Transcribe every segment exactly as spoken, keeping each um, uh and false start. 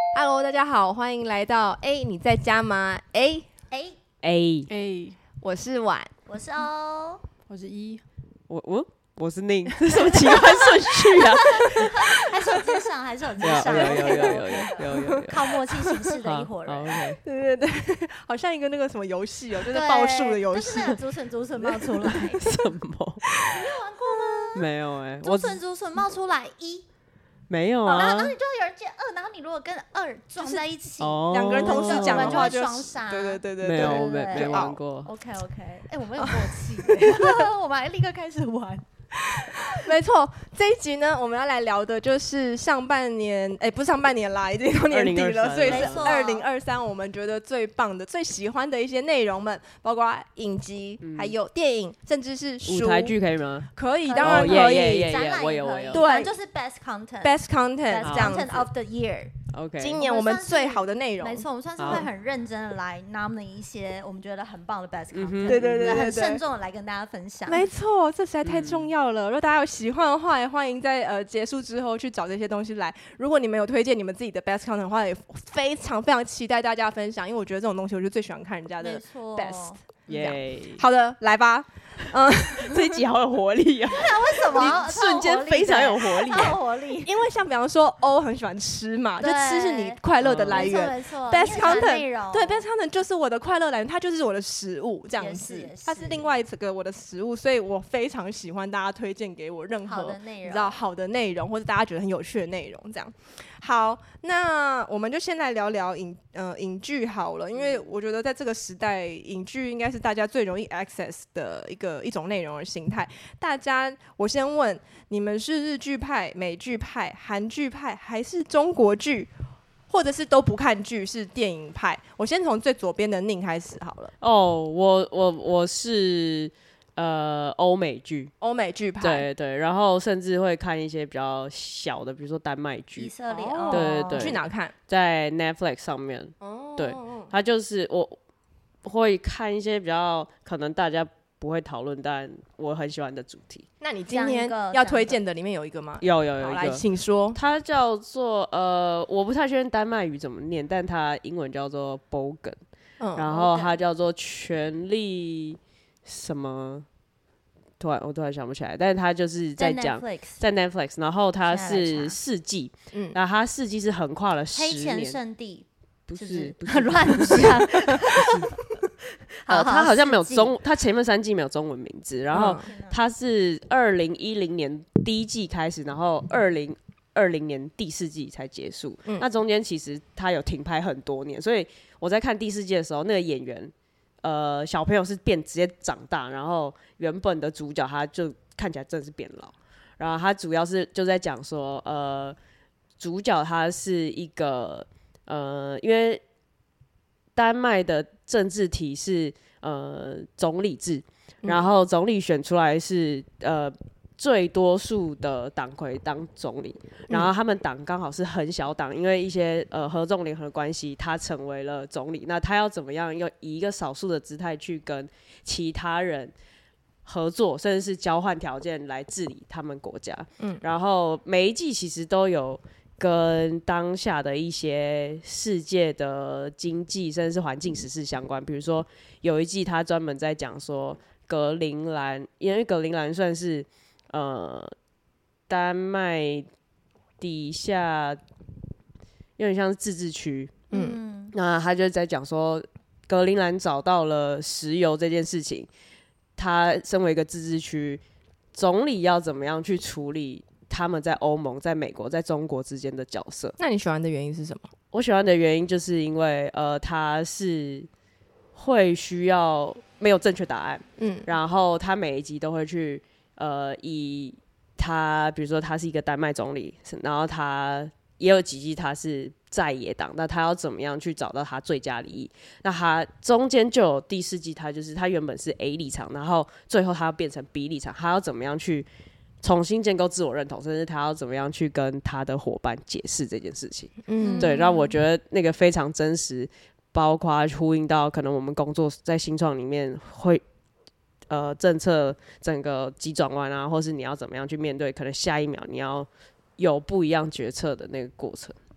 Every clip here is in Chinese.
Hello， 大家好，欢迎来到哎，你在家吗？哎哎哎哎， 我是婉， 我是欧， 我是一， 我我我是宁，这是什么奇怪顺序啊？ 还是有接上，还是有接有上， 有有有有有有有有， 靠默契行事的一伙好人。 ，OK， 对对对，好像一个那个什么游戏哦，就是对报数的游戏。 就是那个竹笋竹笋冒出来， 什么？ 你没有玩过吗？ 没有哎， 竹我笋竹笋冒出来一， 没有啊然后然后。你就会有人接二，然后你如果跟二撞在一起， 哦两个人同时讲的话就就会双杀对对对对， 没有，我对对没没玩过。 OK OK， 哎，我们有默契，我们还立刻开始玩。 没错，这一集呢，我们要来聊的就是上半年，哎，不是上半年啦，已经到年底了， 二零二三所以是没错二零二三，我们觉得最棒的、最喜欢的一些内容们，包括影集，还有电影，甚至是书舞台剧可以吗？ 可以， 可以当然哦可以。 耶耶耶展览也可以， 我有我有对反正就是 best content。 Best content Best 这样子 content，of the year。 OK， 今年我们最好的内容， 没错，我们算是好会很认真的来 nominate 一些我们觉得很棒的 best 嗯 content，、 哼对对对对对很慎重的来跟大家分享。 没错，这实在太重要嗯了。如果大家有喜欢的话，也欢迎在呃结束之后去找这些东西来。如果你们有推荐你们自己的 best content 的话，也非常非常期待大家分享，因为我觉得这种东西，我就最喜欢看人家的没错 best。 耶， 好的，来吧。嗯， 这一集好有活力啊！ 为什么你瞬间非常有活力超有活力？ 因为像比方说欧很喜欢吃嘛，就对吃是你快乐的来源。 没错没错 Best 你很喜欢 content 内容对 best content 就是我的快乐来源，它就是我的食物，这样子也是也是， 它是另外一个我的食物，所以我非常喜欢大家推荐给我任何好的内容， 你知道好的内容，或者大家觉得很有趣的内容，这样。好，那我们就先来聊聊影呃影剧好了，因为我觉得在这个时代，影剧应该是大家最容易 access 的一个一种内容的形态。大家，我先问你们是日剧派、美剧派、韩剧派，还是中国剧？或者是都不看剧，是电影派？我先从最左边的宁开始好了。 哦，我我我是呃欧美剧， 欧美剧派， 对对，然后甚至会看一些比较小的，比如说丹麦以剧， 色列， 哦对对去哪看？ 在 Netflix 上面。 哦， 对它就是我会看一些比较可能大家不会讨论，但我很喜欢的主题。 那你今天讲一个要推荐的里面有一个吗？ 有有有好，来， 一个， 请说。 它叫做呃，我不太确定丹麦语怎么念，但它英文叫做 Bogen，、 嗯， 然后它叫做权力什么，突然我突然想不起来，但是它就是在讲 Netflix 在 Netflix， 然后它现在来是查四季， 嗯然后它四季是横跨了十黑钱年， 圣地， 不是是不是不是乱讲？ 呃，它好像没有四季中，它前面三季没有中文名字，然后嗯它是二零一零年第一季开始，然后二零二零年第四季才结束。 嗯那中间其实它有停拍很多年，所以我在看第四季的时候，那个演员呃小朋友是变直接长大，然后原本的主角他就看起来真的是变老。然后他主要是就在讲说，呃，主角他是一个呃，因为丹麦的政治体是呃总理制，然后总理选出来是呃最多数的党魁当总理，然后他们党刚好是很小党，因为一些呃合纵连横的关系，他成为了总理。那他要怎么样用以一个少数的姿态去跟其他人合作，甚至是交换条件来治理他们国家？嗯，然后每一季其实都有跟当下的一些世界的经济甚至是环境时事相关，比如说有一季他专门在讲说格陵兰，因为格陵兰算是呃丹麦底下有点像是自治区， 嗯， 那他就在讲说格陵兰找到了石油这件事情，他身为一个自治区，总理要怎么样去处理他们在欧盟、在美国、在中国之间的角色？ 那你喜欢的原因是什么？ 我喜欢的原因就是因为呃，他是会需要没有正确答案， 嗯， 然后他每一集都会去呃以他比如说他是一个丹麦总理，然后他也有几季他是在野党，那他要怎么样去找到他最佳利益？那他中间就有第四季，他就是他原本是 A 立场，然后最后他要变成 B 立场，他要怎么样去重新建构自我认同，甚至他要怎么样去跟他的伙伴解释这件事情。 嗯， 对，让我觉得那个非常真实，包括呼应到可能我们工作在新创里面会。呃，政策整个急转弯啊，或是你要怎么样去面对，可能下一秒你要有不一样决策的那个过程。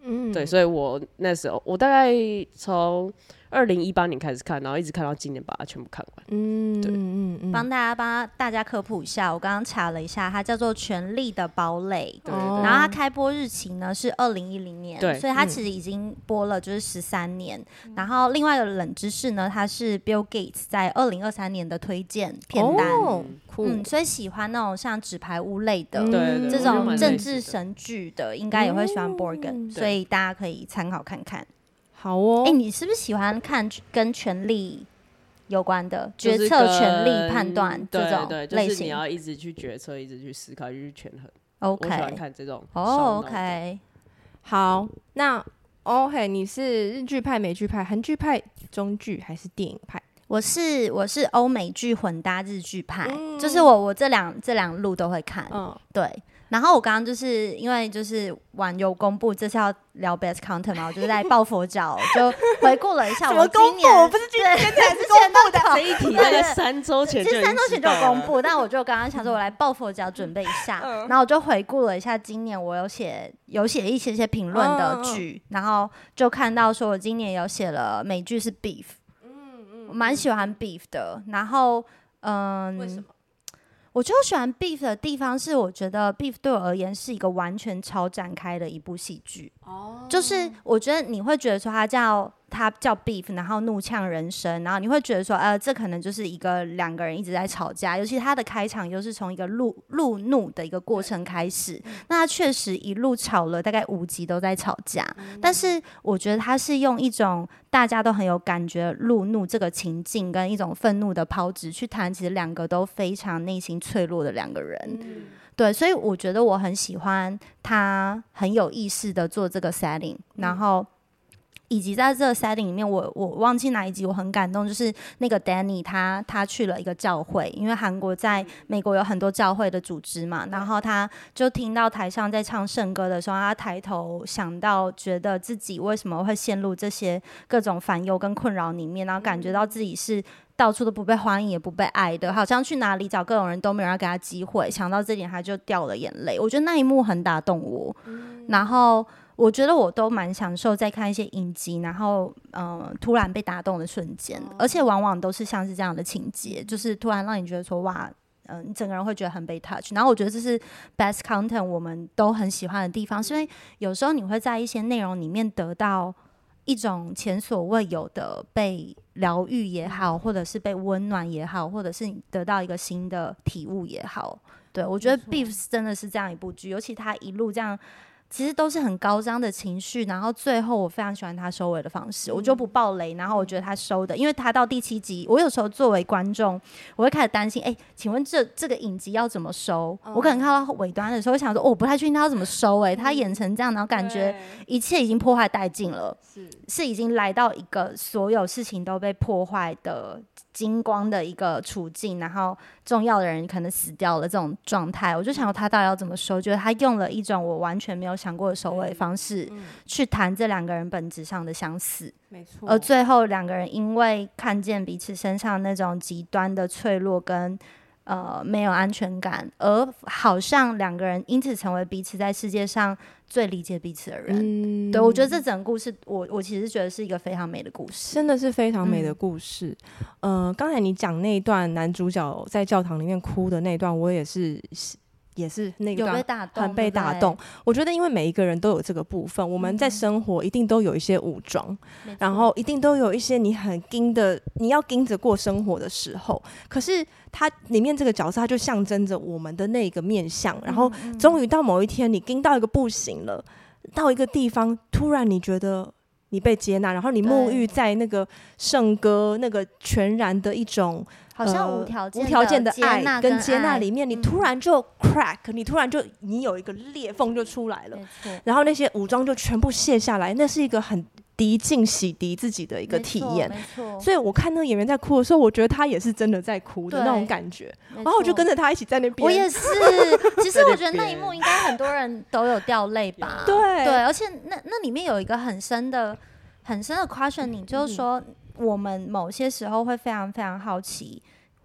嗯，对，所以我那时候我大概从二零一八年开始看，然后一直看到今年把它全部看完。嗯，对， 嗯嗯，帮大家帮大家科普一下，我刚刚查了一下，它叫做《权力的堡垒》， 对， 然后它开播日期呢是二零一零年，对，所以它其实已经播了就是十三年。嗯、然后另外一个冷知识呢，它是 Bill Gates 在二零二三年的推荐片单。哦嗯，所以喜欢那种像纸牌屋类的、嗯、这种政治神剧的，应该也会喜欢 Borgen，、嗯、所以大家可以参考看看。 好哦， 哎、欸，你是不是喜欢看跟权力有关的决策、权力判断这种类型？ 对对，就是你要一直去决策，一直去思考，一直去权衡。 OK， 我喜欢看这种。 哦 ，OK， 好，那 OK， 你是日剧派、美剧派、韩剧派、中剧还是电影派？ 我是我是欧美剧混搭日剧派，嗯、就是我我这两这两路都会看，嗯，对。然后我刚刚就是因为就是网友公布这次要聊 best content 嘛，我就是在抱佛脚就回顾了一下我今年， 我不是今年才是公布的， 这一题大概三周前就其实三周前就有公布，但我就刚刚想说我来抱佛脚准备一下，嗯、然后我就回顾了一下今年我有写有写一些些评论的剧，嗯、然后就看到说我今年有写了美剧是 Beef， 嗯嗯，我蛮喜欢 Beef 的，然后嗯， 为什么？ 我就喜欢 Beef 的地方是，我觉得 Beef 对我而言是一个完全超展开的一部戏剧。哦，就是我觉得你会觉得说它叫它叫 Beef， 然后怒呛人生，然后你会觉得说，呃，这可能就是一个两个人一直在吵架，尤其它的开场又是从一个路路怒的一个过程开始，那它确实一路吵了大概五集都在吵架，嗯、但是我觉得它是用一种大家都很有感觉路怒这个情境跟一种愤怒的抛掷去谈，其实两个都非常内心脆弱的两个人。嗯，对，所以我觉得我很喜欢他很有意识的做这个 setting，、嗯、然后以及在这个 setting 里面我我忘记哪一集我很感动，就是那个 Danny 他他去了一个教会，因为韩国在美国有很多教会的组织嘛，然后他就听到台上在唱圣歌的时候，他抬头想到觉得自己为什么会陷入这些各种烦忧跟困扰里面，然后感觉到自己是到处都不被欢迎也不被爱的，好像去哪里找各种人都没有人给他机会，想到这点他就掉了眼泪，我觉得那一幕很打动我、嗯、然后我觉得我都蛮享受在看一些影集然后、呃、突然被打动的瞬间、哦、而且往往都是像是这样的情节，就是突然让你觉得说哇嗯、呃，你整个人会觉得很被 touch， 然后我觉得这是 best content 我们都很喜欢的地方，是因为有时候你会在一些内容里面得到一种前所未有的被疗愈也好，或者是被温暖也好，或者是你得到一个新的体悟也好，对，我觉得 Beef 真的是这样一部剧，尤其他一路这样其实都是很高涨的情绪，然后最后我非常喜欢他收尾的方式、嗯、我就不爆雷，然后我觉得他收的，因为他到第七集我有时候作为观众我会开始担心，哎，请问这这个影集要怎么收、哦、我可能看到尾端的时候想说、哦、我不太确定他要怎么收，哎、嗯，他演成这样，然后感觉一切已经破坏殆尽了，是是已经来到一个所有事情都被破坏的金光的一个处境，然后重要的人可能死掉了这种状态，我就想说他到底要怎么收，觉得他用了一种我完全没有想过的收尾方式、嗯嗯、去谈这两个人本质上的相似，没错，而最后两个人因为看见彼此身上那种极端的脆弱跟呃没有安全感，而好像两个人因此成为彼此在世界上最理解彼此的人、嗯、对，我觉得这整个故事我我其实觉得是一个非常美的故事， 真的是非常美的故事、嗯、呃，刚才你讲那一段男主角在教堂里面哭的那一段，我也是也是那个有被打动， 很被打动。我觉得因为每一个人都有这个部分，我们在生活一定都有一些武装、嗯、然后一定都有一些你很盯的你要盯着过生活的时候，可是他里面这个角色他就象征着我们的那个面向，然后终于到某一天你盯到一个不行了，到一个地方突然你觉得你被接纳，然后你沐浴在那个圣歌那个全然的一种好像无条件的、 呃、无条件的爱跟接纳里面、嗯、你突然就 crack、嗯、你突然就你有一个裂缝就出来了，然后那些武装就全部卸下来，那是一个很涤净洗涤自己的一个体验，所以我看那个演员在哭的时候，我觉得他也是真的在哭的那种感觉，然后我就跟着他一起在那边， 我也是其实我觉得那一幕应该很多人都有掉泪吧对对，而且那那里面有一个很深的很深的 questioning、嗯、就是说我们某些时候会非常非常好奇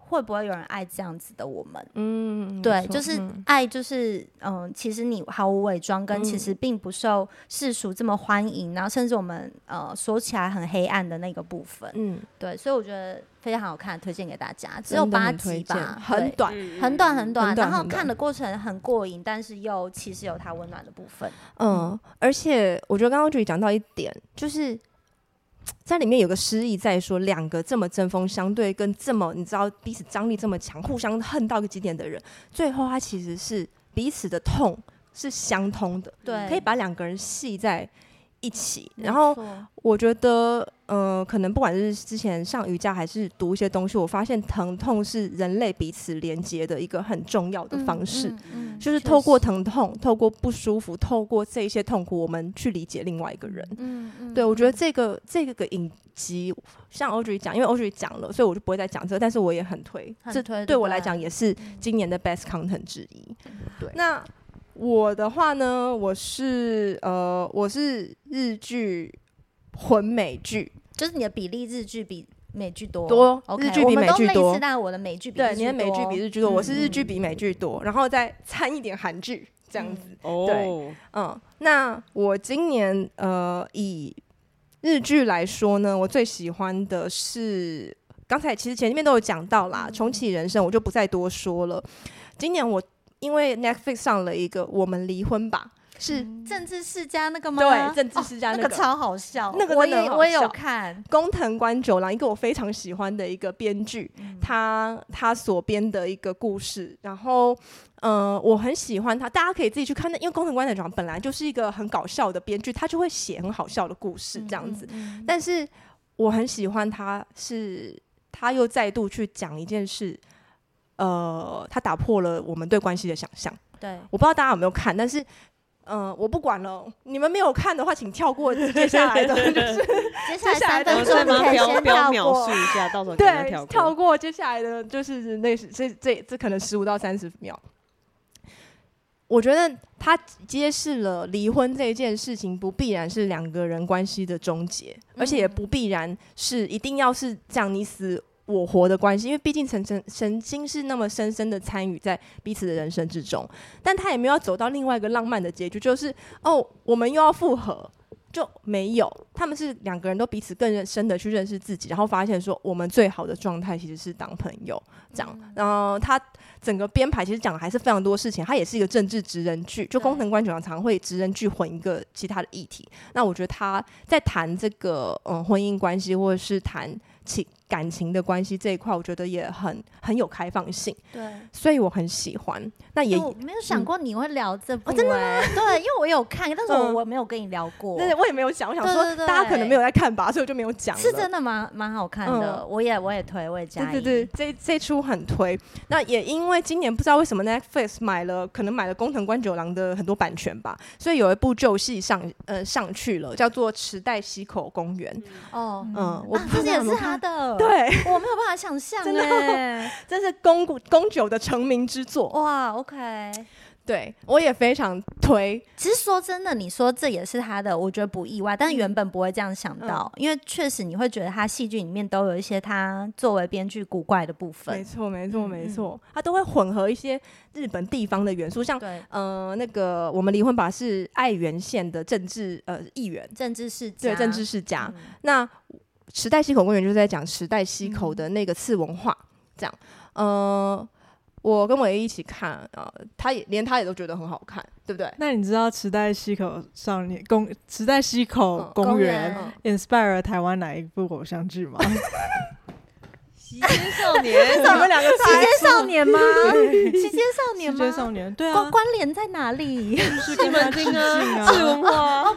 会不会有人爱这样子的我们？ 嗯， 对，就是爱，就是嗯，其实你毫无伪装，跟其实并不受世俗这么欢迎，然后甚至我们呃说起来很黑暗的那个部分，嗯，对，所以我觉得非常好看，推荐给大家，只有八集吧， 很短， 很短很短，然后看的过程很过瘾，但是又其实有它温暖的部分， 嗯，而且我觉得刚刚Audrey讲到一点，就是在里面有个诗意在说，两个这么针锋相对，跟这么你知道彼此张力这么强，互相恨到一个极点的人，最后他其实是彼此的痛是相通的， 对， 可以把两个人系在一起。然后我觉得，呃，可能不管是之前上瑜伽还是读一些东西，我发现疼痛是人类彼此连接的一个很重要的方式，嗯嗯嗯、就是透过疼痛、透过不舒服、透过这些痛苦，我们去理解另外一个人。嗯嗯、对，我觉得这个这个影集，像 Audrey 讲，因为 Audrey 讲了，所以我就不会再讲这个，但是我也很推， 很推这对我来讲也是今年的 best content 之一。对，那。我的话呢，我是呃，我是日剧混美剧， 就是你的比例日剧比美剧多， 多、 okay, 日剧比美剧多。 但我的美剧比日剧多， 对，你的美剧比日剧多，嗯、我是日剧比美剧多，然后再掺一点韩剧这样子。 哦、嗯， 对，嗯，那我今年呃以日剧来说呢，我最喜欢的是刚才其实前面都有讲到啦，嗯《重启人生》，我就不再多说了。今年我。因为 Netflix 上了一个《我们离婚吧》，是政治世家那个吗？ 对，政治世家那个、 哦、那个超好笑， 那个我也我也有看。 工藤官九郎，一个我非常喜欢的一个编剧，嗯、他他所编的一个故事，然后呃，我很喜欢他，大家可以自己去看。因为工藤官九郎本来就是一个很搞笑的编剧，他就会写很好笑的故事这样子。嗯嗯嗯、但是我很喜欢他是，是他又再度去讲一件事。呃，他打破了我们对关系的想象。 对， 我不知道大家有没有看，但是，呃，我不管了。你们没有看的话，请跳过接下来的，就是接下来三分钟可以先跳描述一下，到时候对跳过。 跳过接下来的，就是那这这这可能十五到三十秒。我觉得他揭示了离婚这件事情不必然是两个人关系的终结，嗯、而且也不必然是一定要是这样你死我活的关系，因为毕竟曾曾曾经是那么深深的参与在彼此的人生之中，但他也没有走到另外一个浪漫的结局，就是哦，我们又要复合，就没有。他们是两个人都彼此更深的去认识自己，然后发现说我们最好的状态其实是当朋友这样。然后他整个编排其实讲的还是非常多事情，他也是一个政治职人剧，就工藤官九郎常会职人剧混一个其他的议题。那我觉得他在谈这个嗯婚姻关系，或者是谈情感情的关系这一块，我觉得也很很有开放性， 对， 所以我很喜欢。那也、 欸、我没有想过你会聊这部、欸嗯哦，真的吗？ 对，因为我有看，但是我、嗯、我没有跟你聊过， 对，我也没有讲，我想说大家可能没有在看吧，所以我就没有讲。 是真的蛮蛮好看的，嗯、我也我也推，我也加一。 对对对，这这出很推。那也因为今年不知道为什么 Netflix 买了，可能买了工藤官九郎的很多版权吧，所以有一部旧戏上呃上去了，叫做《池袋西口公园》。 哦， 嗯，我啊，这也是他的。 对， 我没有办法想象，真的， 这是宫宫九的成名之作。 哇 ，OK， 对我也非常推。 其实说真的，你说这也是他的，我觉得不意外，但是原本不会这样想到，嗯、因为确实你会觉得他戏剧里面都有一些他作为编剧古怪的部分。 没错，没错，没错，他都会混合一些日本地方的元素，像呃那个我们离婚吧是爱媛县的政治呃议员， 政治世家， 对，政治世家。嗯、那池袋西口公园就是在讲池袋西口的那个次文化，嗯、这样。呃，我跟伟一一起看，呃，他也连他也都觉得很好看，对不对？ 那你知道池袋西口少年公池袋西口公园 inspire 台湾哪一部偶像剧吗？ 西街少年， 你们两个西街少年吗？西街少年吗？ 西街少年，对啊， 关关联在哪里？ 就是跟他致敬啊， 次文化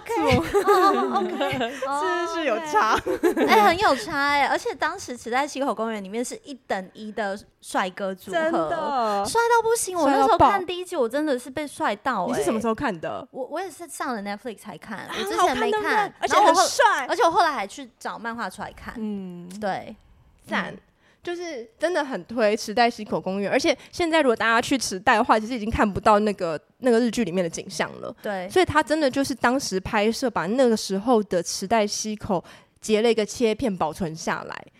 ，OK，OK， 是是有差， 哎，很有差哎，而且当时池袋西口公园里面是一等一的帅哥组合， 真的帅到不行。我那时候看第一集，我真的是被帅到。 你是什么时候看的？ 我我也是上了 Netflix 才看，我之前没看， 而且很帅， 而且我后来还去找漫画出来看。嗯，对， 赞。就是真的很推池袋西口公园，而且现在如果大家去池袋的话，其实已经看不到那个那个日剧里面的景象了。 对， 所以他真的就是当时拍摄，把那个时候的池袋西口截了一个切片保存下来。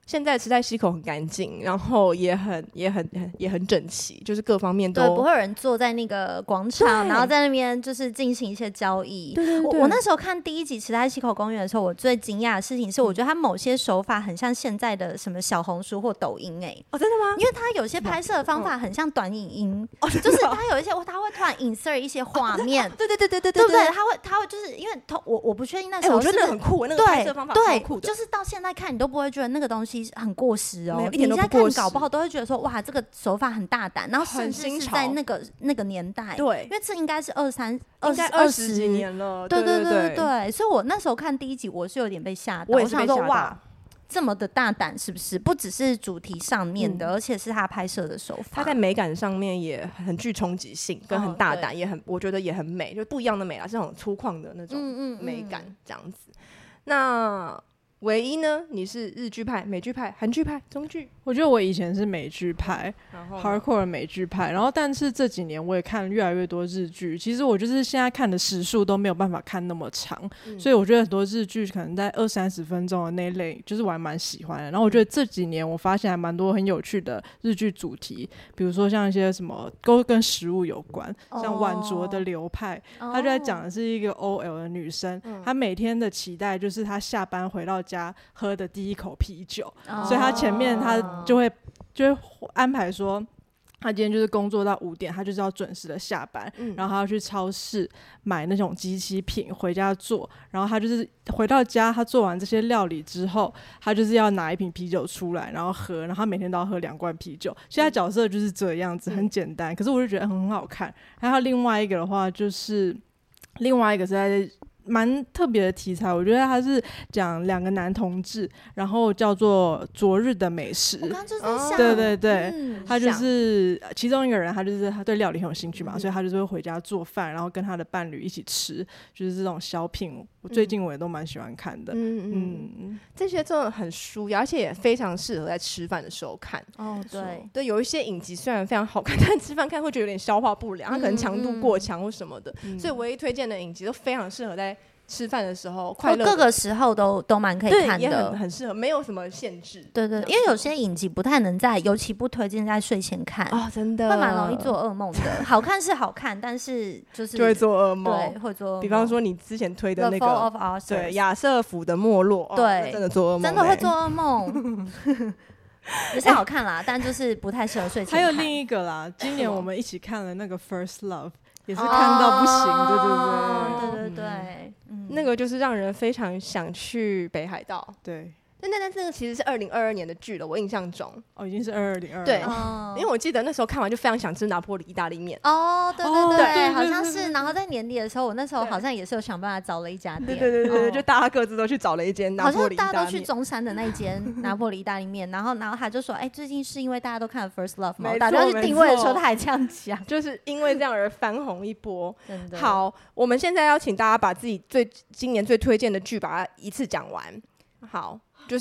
现在池袋西口很干净，然后也很也很也很整齐，就是各方面都对，不会有人坐在那个广场，然后在那边就是进行一些交易。 对对对， 我我那时候看第一集池袋西口公园的时候，我最惊讶的事情是，我觉得它某些手法很像现在的什么小红书或抖音哎、欸。 哦，真的吗？ 因为它有些拍摄的方法很像短影音，哦、就是它有一些它会突然 insert 一些画面、哦， 对对对对对对不对？它会它会就是因为我我不确定那时候、欸， 我觉得那个很酷，那个拍摄方法超酷的， 就是到现在看你都不会觉得那个东西很过时哦， 一点都不过时。 你现在看搞不好都会觉得说哇，这个手法很大胆，然后甚至是在那个那个年代， 对， 因为这应该是二三二十二十几年了， 对对对对对，所以我那时候看第一集，我是有点被吓到， 我也是被吓到， 哇，这么的大胆是不是？不只是主题上面的，嗯、而且是他拍摄的手法， 他在美感上面也很具冲击性，跟很大胆，哦、也很我觉得也很美，就不一样的美啦，是那种粗犷的那种美感，这样子。嗯嗯嗯那唯一呢？你是日剧派、美剧派、韩剧派、中剧？ 我觉得我以前是美剧派 ，hardcore 的美剧派。然后，但是这几年我也看越来越多日剧。其实我就是现在看的时数都没有办法看那么长，嗯、所以我觉得很多日剧可能在二三十分钟的那一类，就是我还蛮喜欢的。然后我觉得这几年我发现还蛮多很有趣的日剧主题，比如说像一些什么都跟食物有关，哦、像晚酌的流派，他就在讲的是一个 O L 的女生，嗯、她每天的期待就是她下班回到家喝的第一口啤酒，哦、所以她前面她就会就会安排说，她今天就是工作到五点，她就是要准时的下班，嗯、然后她要去超市买那种机器品回家做，然后她就是回到家，她做完这些料理之后，她就是要拿一瓶啤酒出来，然后喝，然后她每天都要喝两罐啤酒。现在角色就是这样子，很简单，嗯、可是我就觉得很好看。然后另外一个的话，就是另外一个是在。蛮特别的题材，我觉得他是讲两个男同志，然后叫做昨日的美食。 我刚刚就是在想， 对对对，嗯、他就是其中一个人，他就是他对料理很有兴趣嘛，嗯、所以他就是会回家做饭，然后跟他的伴侣一起吃，就是这种小品。我最近我也都蛮喜欢看的，嗯嗯嗯，这些真的很舒压，而且也非常适合在吃饭的时候看。 哦，对对，有一些影集虽然非常好看，但吃饭看会觉得有点消化不良，它可能强度过强或什么的，嗯、所以唯一推荐的影集都非常适合在吃饭的时候快乐， 各个时候都都蛮可以看的， 也很很适合，没有什么限制。 对对，因为有些影集不太能在，尤其不推荐在睡前看啊、哦，真的会蛮容易做噩梦的。好看是好看，但是就是就会做噩梦， 对，会做噩梦。 比方说你之前推的那个 The Fall of Arthur， 对，亚瑟府的没落， 对， 哦、真的做噩梦、欸， 真的会做噩梦。也是好看啦，但就是不太适合睡前看。 还有另一个啦，今年我们一起看了那个 First Love。也是看到不行， 哦、 对对对对对对、 嗯，那个就是让人非常想去北海道。 对， 但但但这个其实是二零二二年的剧了，我印象中哦，已经是二二零二。 对，哦、因为我记得那时候看完就非常想吃拿坡里意大利面。 哦，对对 对, 對, 對，好像是。然后在年底的时候，我那时候好像也是有想办法找了一家店。 对对对对，哦、就大家各自都去找了一间拿坡里意大利面。 好像大家都去中山的那一间拿坡里意大利面，然后然后他就说，哎、欸，最近是因为大家都看了 First Love 嘛，打电话去定位的时候他还这样讲， 就是因为这样而翻红一波。 真的。 好，我们现在要请大家把自己最今年最推荐的剧把它一次讲完。好，就是。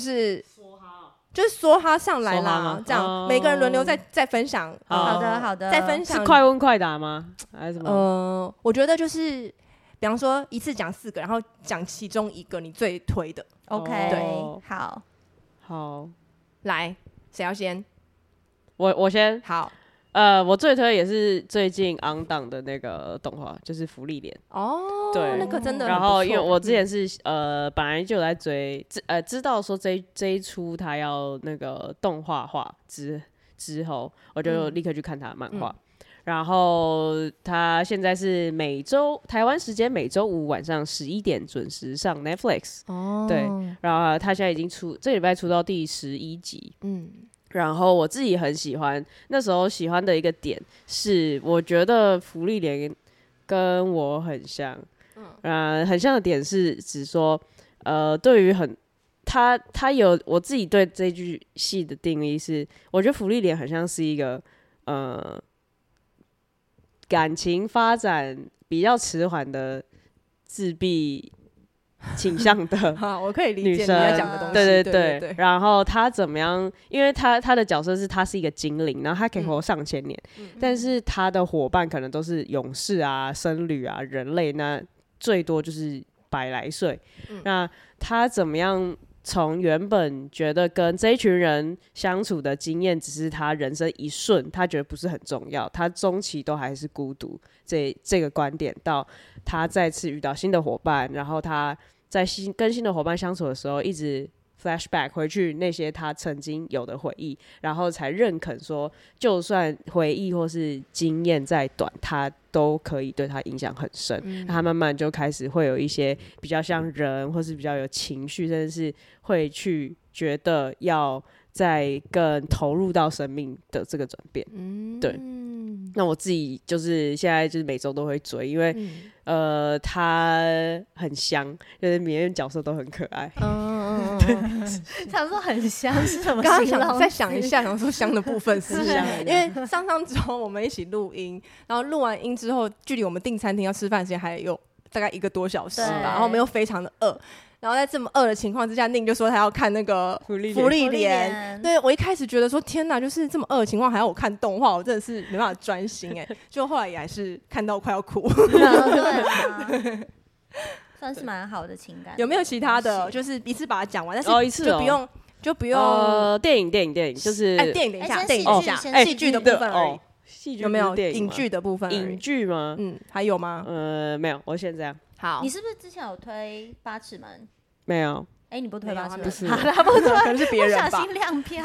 就是说他上来啦，这样、哦、每个人轮流再再分享。 好的好的， 再分享是快问快答吗？还是什么？ 呃，我觉得就是比方说一次讲四个，然后讲其中一个你最推的。 OK，、 对， 好， 好， 来，谁要先？ 我我先。 好。 呃，我最推也是最近 on 档的那个动画，就是《芙莉莲》 哦， 对， 那个真的很不错。 然后因为我之前是、嗯、呃本来就有在追，知呃知道说这这一出他要那个动画化之之后，我就立刻去看他的漫画。嗯、然后他现在是每周台湾时间每周五晚上十一点准时上 Netflix。哦，对，然后他现在已经出这礼拜出到第十一集。嗯。然后我自己很喜欢，那时候喜欢的一个点是，我觉得芙莉莲跟我很像，嗯、呃，很像的点是指说，呃，对于很他他有我自己对这句戏的定义是，我觉得芙莉莲很像是一个呃感情发展比较迟缓的自闭倾向的好，我可以理解你要讲的东西。 对对 对, 对, 对, 对。 然后他怎么样？因为他他的角色是他是一个精灵，然后他可以活上千年，嗯、但是他的伙伴可能都是勇士啊、僧侣啊、人类，那最多就是百来岁。嗯、那他怎么样从原本觉得跟这一群人相处的经验只是他人生一瞬，他觉得不是很重要，他终期都还是孤独，这这个观点到他再次遇到新的伙伴，然后他在新跟新的伙伴相处的时候，一直 flashback 回去那些他曾经有的回忆，然后才认肯说，就算回忆或是经验再短，他都可以对他影响很深。嗯、他慢慢就开始会有一些比较像人，或是比较有情绪，甚至是会去觉得要再更投入到生命的这个转变。嗯，对。那我自己就是现在就是每周都会追，因为、嗯、呃他很香，就是每个角色都很可爱。 嗯，对，想说很香是什么？ 刚刚想再想一下，想说香的部分是香，因为上上周我们一起录音，然后录完音之后，距离我们订餐厅要吃饭的时间还有大概一个多小时吧，然后我们又非常的饿。然后在这么饿的情况之下，宁就说他要看那个福利福利连。对，我一开始觉得说天哪，就是这么饿的情况还要我看动画，我真的是没办法专心哎。就后来也还是看到快要哭。 对啊，算是蛮好的情感。 有没有其他的？就是一次把它讲完，但是哦一次就不用、哦、就不用。 呃，电影电影电影就是哎，电影等一下，电影等一下，哎，戏剧的部分而已。 戏剧有没有影剧的部分？ 影剧吗？ 嗯，还有吗？ 呃，没有，我先这样。 好， 你是不是之前有推八尺门？ 没有。 哎、欸，你不推八尺门？ 不是， 他不推， 可能是别人吧。 不小心亮票。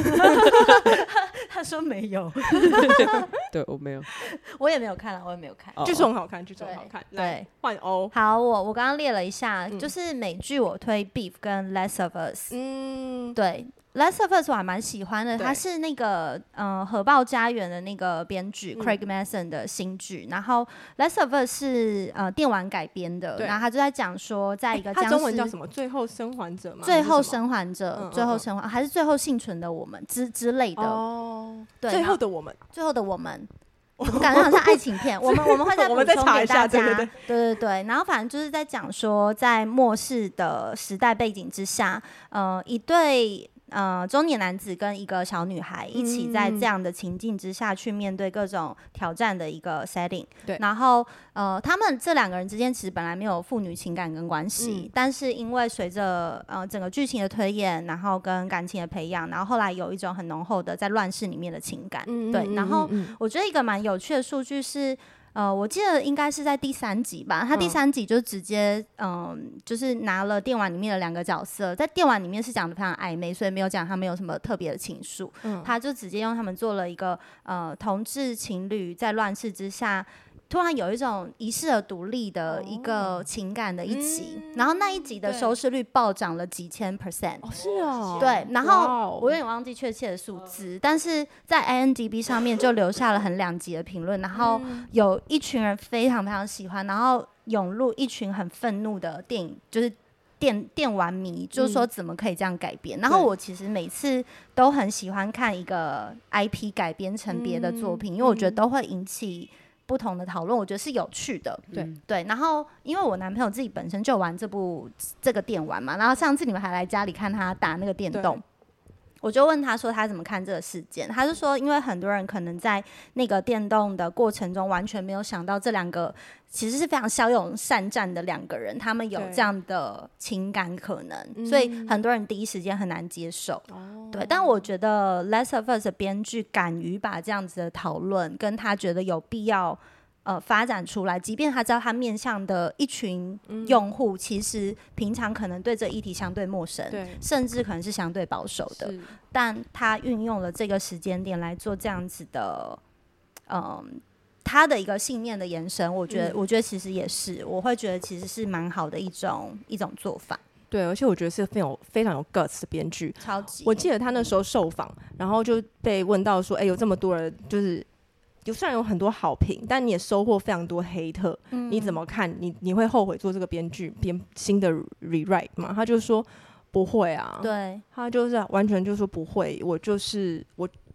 他说没有。 对，我没有。 我也没有看了，我也没有看。 剧、哦、很好看，剧很好看。 对， 换欧。 好，我我刚刚列了一下，嗯、就是美剧我推 Beef 跟 Last of Us。嗯，对。Last of Us 我还蛮喜欢的，它是那个呃核爆家园的那个编剧、嗯、Craig Mason 的新剧，然后 Last of Us 是呃电玩改编的，然后他就在讲说，在一个僵尸， 它中文叫什么？最后生还者吗？ 最后生还者， 嗯、 最后生还、嗯、还是最后幸存的我们之之类的。 哦，对，最后的我们， 最后的我们。怎么感觉好像爱情片？我们我们会再补充给大家。对对 对, 对对对，然后反正就是在讲说，在末世的时代背景之下，呃，一对。呃，中年男子跟一个小女孩一起在这样的情境之下去面对各种挑战的一个 setting。 对， 然后呃，他们这两个人之间其实本来没有父女情感跟关系、嗯，但是因为随着呃整个剧情的推演，然后跟感情的培养，然后后来有一种很浓厚的在乱世里面的情感。嗯、对，然后我觉得一个蛮有趣的数据是。呃，我记得应该是在第三集吧，他第三集就直接，嗯、呃，就是拿了电玩里面的两个角色，在电玩里面是讲的非常暧昧，所以没有讲他们有什么特别的情愫、嗯，他就直接用他们做了一个呃同志情侣在乱世之下。突然有一种遗世而独立的一个情感的一集、嗯，然后那一集的收视率暴涨了几千 percent。 哦，是哦。 对，然后我有点忘记确切的数字，但是在 I M D B 上面就留下了很两极的评论，然后有一群人非常非常喜欢，然后涌入一群很愤怒的电影，就是。电电玩迷就是说怎么可以这样改编、嗯、然后我其实每次都很喜欢看一个 I P 改编成别的作品、嗯、因为我觉得都会引起不同的讨论，我觉得是有趣的。对、嗯、对，然后因为我男朋友自己本身就玩这部这个电玩嘛，然后上次你们还来家里看他打那个电动，我就问他说他怎么看这个事件，他就说因为很多人可能在那个电动的过程中完全没有想到这两个其实是非常骁勇善战的两个人，他们有这样的情感可能，所以很多人第一时间很难接受、嗯、对，但我觉得 Last of Us 的编剧敢于把这样子的讨论跟他觉得有必要呃，发展出来，即便他知道他面向的一群用户、嗯、其实平常可能对这议题相对陌生，甚至可能是相对保守的，但他运用了这个时间点来做这样子的嗯，他的一个信念的延伸，我觉得、嗯、我觉得其实也是，我会觉得其实是蛮好的一种一种做法。 对，而且我觉得是非常有非常有 guts 的编剧， 超级。 我记得他那时候受访，然后就被问到说，哎、欸，有这么多人就是有虽然有很多好评，但你也收获非常多黑特、嗯、你怎么看？你你会后悔做这个编剧编新的 rewrite 吗？他就说不会啊， 对， 他就是完全就说不会，我就是我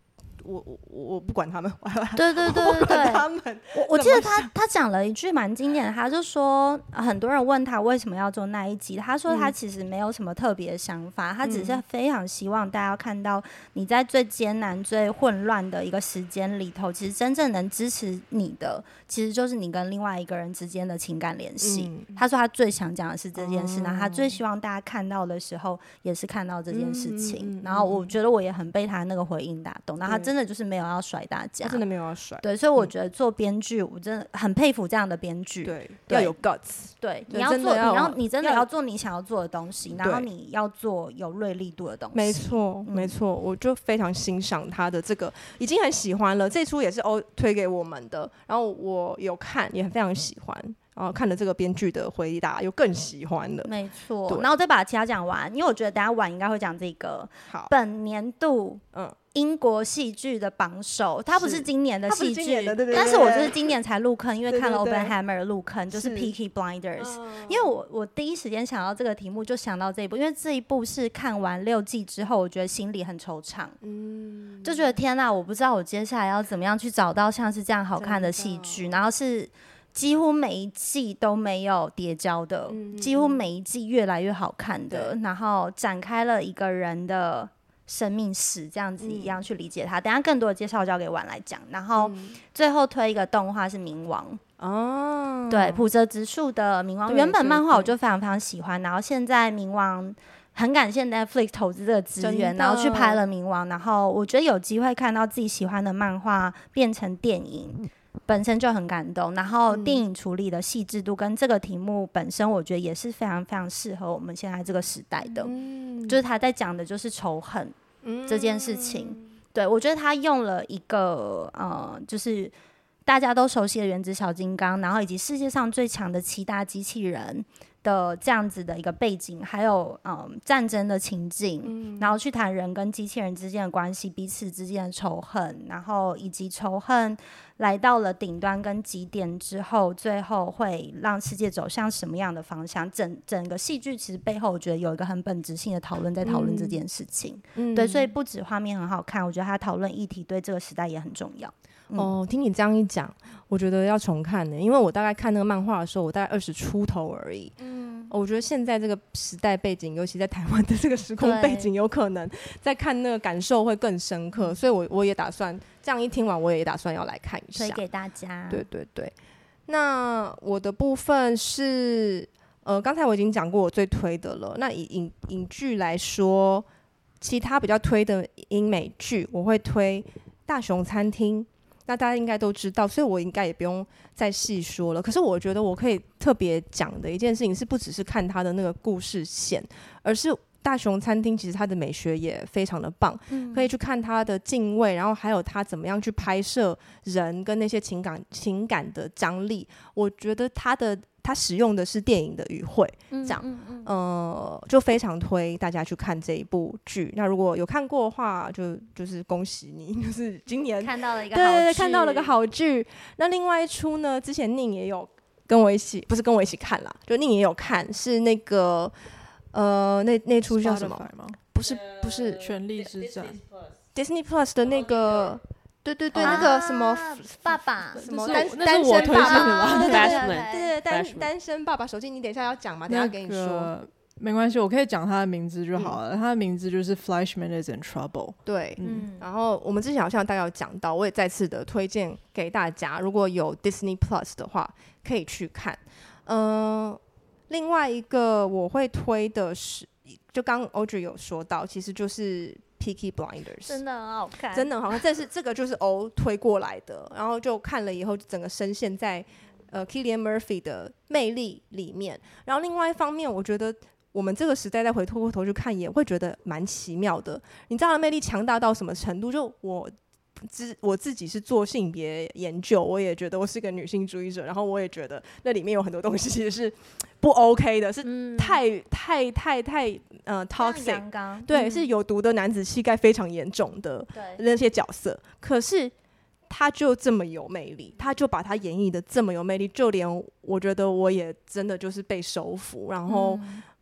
我我我不管他们， 对对对对对， 他们我我记得他他讲了一句蛮经典的，他就说、呃、很多人问他为什么要做那一集，他说他其实没有什么特别的想法、嗯、他只是非常希望大家看到你在最艰难最混乱的一个时间里头，其实真正能支持你的其实就是你跟另外一个人之间的情感联系、嗯、他说他最想讲的是这件事、嗯、然后他最希望大家看到的时候也是看到这件事情、嗯、然后我觉得我也很被他那个回应打动，然后他真的就是没有要甩大家， 他真的没有要甩， 对，所以我觉得做编剧我真的很佩服这样的编剧， 对，要有 guts， 对，你要做，你要你真的要做你想要做的东西，然后你要做有锐利度的东西， 没错、嗯、没错，我就非常欣赏他的这个，已经很喜欢了，这出也是欧推给我们的，然后我有看也非常喜欢，然后看了这个编剧的回答又更喜欢了， 没错，然后我再把其他讲完，因为我觉得等一下晚应该会讲这个好本年度嗯英国戏剧的榜首，它不是今年的戏剧，但是我就是今年才入坑，因为看了 Oppenheimer 入坑，就是 Peaky Blinders， 因为我我第一时间想到这个题目就想到这一部，因为这一部是看完六季之后，我觉得心里很惆怅，嗯，就觉得天哪，我不知道我接下来要怎么样去找到像是这样好看的戏剧，然后是几乎每一季都没有叠交的、嗯、几乎每一季越来越好看的，然后展开了一个人的生命史这样子一样去理解它、嗯、等一下更多的介绍交给婉来讲，然后最后推一个动画是冥王哦，对，浦泽直树的冥王，原本漫画我就非常非常喜欢，然后现在冥王很感谢 Netflix 投资这个资源，然后去拍了冥王，然后我觉得有机会看到自己喜欢的漫画变成电影本身就很感动，然后电影处理的细致度跟这个题目本身我觉得也是非常非常适合我们现在这个时代的、嗯、就是他在讲的就是仇恨这件事情、嗯、对，我觉得他用了一个呃，就是大家都熟悉的原子小金刚，然后以及世界上最强的七大机器人的这样子的一个背景，还有、嗯、战争的情境、嗯、然后去谈人跟机器人之间的关系，彼此之间的仇恨，然后以及仇恨来到了顶端跟极点之后，最后会让世界走向什么样的方向，整整个戏剧其实背后我觉得有一个很本质性的讨论在讨论这件事情、嗯、对，所以不止画面很好看，我觉得他讨论议题对这个时代也很重要。 嗯、哦，听你这样一讲，我觉得要重看呢，因为我大概看那个漫画的时候，我大概二十出头而已。嗯，我觉得现在这个时代背景，尤其在台湾的这个时空背景，有可能在看那个感受会更深刻，所以我我也打算这样一听完，我也打算要来看一下， 推给大家。 对对对，那我的部分是，呃，刚才我已经讲过我最推的了。那以影影剧来说，其他比较推的英美剧，我会推《大熊餐厅》。那大家应该都知道，所以我应该也不用再细说了。可是我觉得我可以特别讲的一件事情是，不只是看他的那个故事线，而是大熊餐厅其实它的美学也非常的棒、嗯、可以去看它的镜位，然后还有它怎么样去拍摄人跟那些情感情感的张力。我觉得它的它使用的是电影的语汇，这样、嗯嗯嗯、呃，就非常推大家去看这一部剧。那如果有看过的话，就就是恭喜你，就是今年看到了一个好剧， 对对，看到了个好剧。那另外一出呢，之前宁也有跟我一起，不是跟我一起看啦，就宁也有看，是那个呃，那那出叫什么？不是不是， 权力之战 ，Disney Plus 的那个。对对对、啊，那个什么爸爸， 什么单单身爸爸， 对对对对，单单身爸爸手机，你等一下要讲吗？等一下给你说、那个。没关系，我可以讲他的名字就好了。嗯、他的名字就是 Fleischman is in Trouble。 对，嗯，然后我们之前好像大概有讲到，我也再次的推荐给大家，如果有 Disney Plus 的话，可以去看。嗯、呃，另外一个我会推的是，就刚 Audrey 有说到，其实就是。Peaky Blinders 真的很好看， 真的很好看。这是这个就是欧推过来的，然后就看了以后，整个深陷在呃 Cillian Murphy 的魅力里面。然后另外一方面，我觉得我们这个时代再回头过头去看，也会觉得蛮奇妙的。你知道他的魅力强大到什么程度？就我自我自己是做性别研究，我也觉得我是个女性主义者，然后我也觉得那里面有很多东西其实是不 OK 的，是太、嗯、太太太呃 toxic， 对、嗯，是有毒的男子气概非常严重的那些角色，可是他就这么有魅力，他就把他演绎的这么有魅力，就连我觉得我也真的就是被收服，然后、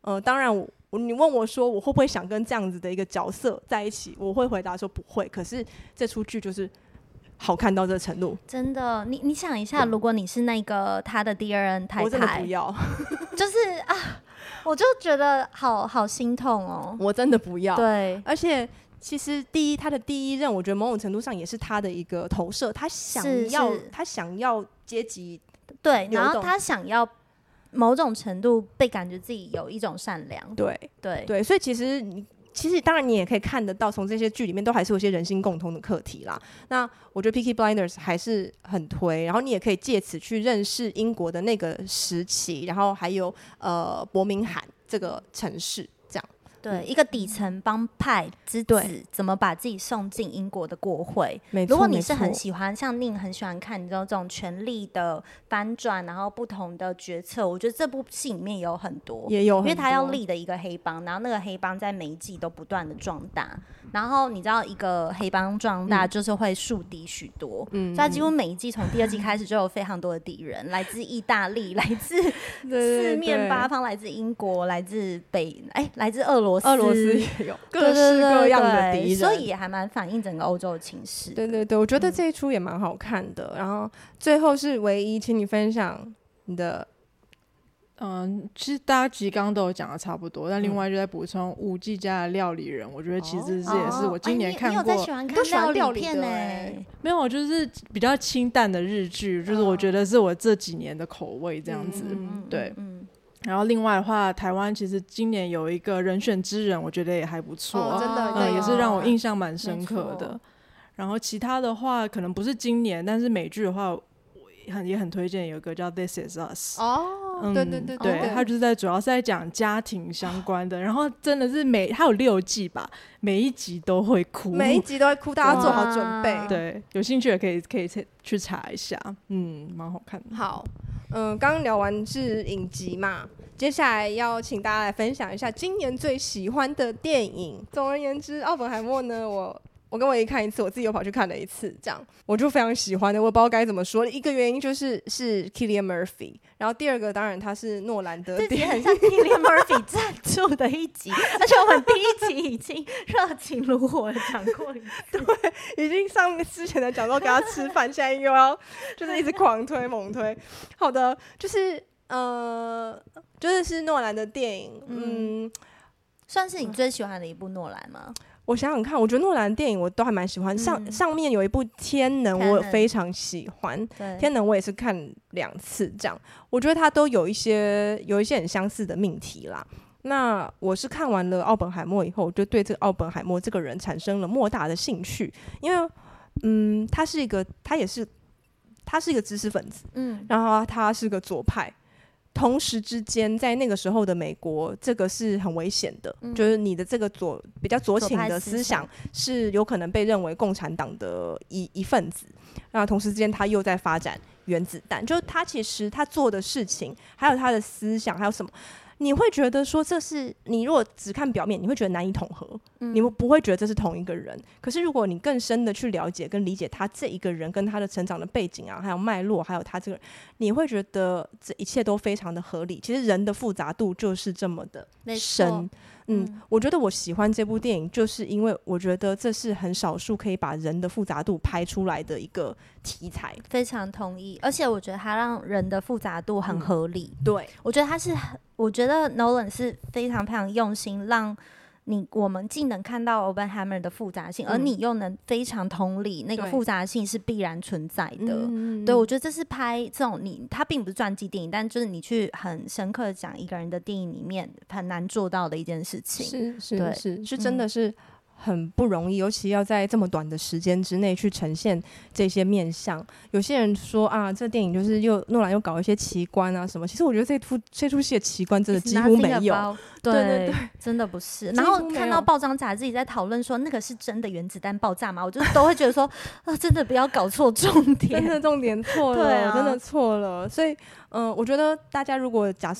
呃，当然我你问我说我会不会想跟这样子的一个角色在一起，我会回答说不会。可是这出剧就是好看到这程度， 真的，你你想一下，如果你是那个他的第二任太太， 我真的不要， 就是啊，我就觉得好好心痛哦， 我真的不要。 对， 而且其实第一他的第一任，我觉得某种程度上也是他的一个投射，他想要他想要阶级对，然后他想要某种程度被感觉自己有一种善良， 对对对，所以其实你。其实当然你也可以看得到，从这些剧里面都还是有一些人心共通的课题啦。那我觉得 Peaky Blinders 还是很推，然后你也可以借此去认识英国的那个时期，然后还有呃伯明翰这个城市，这样。 对，一个底层帮派之子怎么把自己送进英国的国会。 没错， 如果你是很喜欢，像宁很喜欢看你知道这种权力的翻转，然后不同的决策，我觉得这部戏里面也有很多， 也有很多， 因为他要立的一个黑帮，然后那个黑帮在每一季都不断的壮大，然后你知道一个黑帮壮大就是会树敌许多，嗯，所以他几乎每一季从第二季开始就有非常多的敌人，来自意大利，来自四面八方，来自英国，来自北哎，来自俄罗斯。 俄罗斯也有各式各样的敌人， 所以也还蛮反映整个欧洲的情势。 对对对，我觉得这一出也蛮好看的。嗯、然后最后是唯一，请你分享你的。 嗯，其实大家其实刚刚都有讲的差不多，但另外就在补充五 G 家的料理人，我觉得其实这也是我今年看过。 哦哦欸、你, 你有在喜欢看料理片呢、欸？ 没有，就是比较清淡的日剧，就是我觉得是我这几年的口味这样子。嗯、对。嗯嗯然后另外的话，台湾其实今年有一个人选之人，我觉得也还不错， 哦、真的， 嗯，也是让我印象蛮深刻的。然后其他的话，可能不是今年，但是美剧的话，我很也很推荐有一个叫《This Is Us》。 哦，嗯、对对对对，对它就是在主要是在讲家庭相关的，然后真的是每它有六季吧，每一集都会哭， 每一集都会哭，大家做好准备。 对，有兴趣的可以可以去查一下，嗯，蛮好看的。 好。嗯，刚刚聊完是影集嘛，接下来要请大家来分享一下今年最喜欢的电影。总而言之，奥本海默呢，我我跟我一看一次，我自己又跑去看了一次，这样我就非常喜欢的。我也不知道该怎么说，一个原因就是是 Cillian Murphy， 然后第二个当然他是诺兰的电影， 很像 Cillian Murphy 赞助的一集，而且我们第一集已经热情如火的讲过一次， 对，已经上之前的讲说给他吃饭，现在又要就是一直狂推猛推。好的，就是呃，就是是诺兰的电影，嗯， 算是你最喜欢的一部诺兰吗？ 我想想看，我觉得诺兰的电影我都还蛮喜欢。上、嗯、上面有一部《天能》，我非常喜欢。《天能》我也是看两次，这样我觉得它都有一些有一些很相似的命题啦。那我是看完了奥本海默以后，我就对这个奥本海默这个人产生了莫大的兴趣，因为嗯，他是一个，他也是他是一个知识分子，嗯，然后他是个左派。同时之间，在那个时候的美国，这个是很危险的、嗯，就是你的这个左比较左倾的思想是有可能被认为共产党的一一份子。那同时之间，他又在发展原子弹，就是他其实他做的事情，还有他的思想，还有什么，你会觉得说这是你如果只看表面，你会觉得难以统合，嗯、你不会觉得这是同一个人。可是如果你更深的去了解跟理解他这一个人跟他的成长的背景啊，还有脉络，还有他这个人，你会觉得这一切都非常的合理。其实人的复杂度就是这么的深。嗯, 嗯，我觉得我喜欢这部电影，就是因为我觉得这是很少数可以把人的复杂度拍出来的一个题材。 非常同意，而且我觉得它让人的复杂度很合理。 嗯、对， 我觉得他是，我觉得 Nolan 是非常非常用心，让你我们既能看到 Oppenheimer 的复杂性、嗯，而你又能非常同理那个复杂性是必然存在的。对，对我觉得这是拍这种你，它并不是传记电影，但就是你去很深刻的讲一个人的电影里面很难做到的一件事情。 是是对是是真的是很不容易、嗯，尤其要在这么短的时间之内去呈现这些面向。有些人说啊，这电影就是又诺兰又搞一些奇观啊什么，其实我觉得这出这出戏的奇观真的几乎没有。 对对对对， 真的不是。然后看到报章杂志在讨论说那个是真的原子弹爆炸吗？我就都会觉得说啊，真的不要搞错重点， 真的重点错了，啊、真的错了。所以嗯、呃，我觉得大家如果假设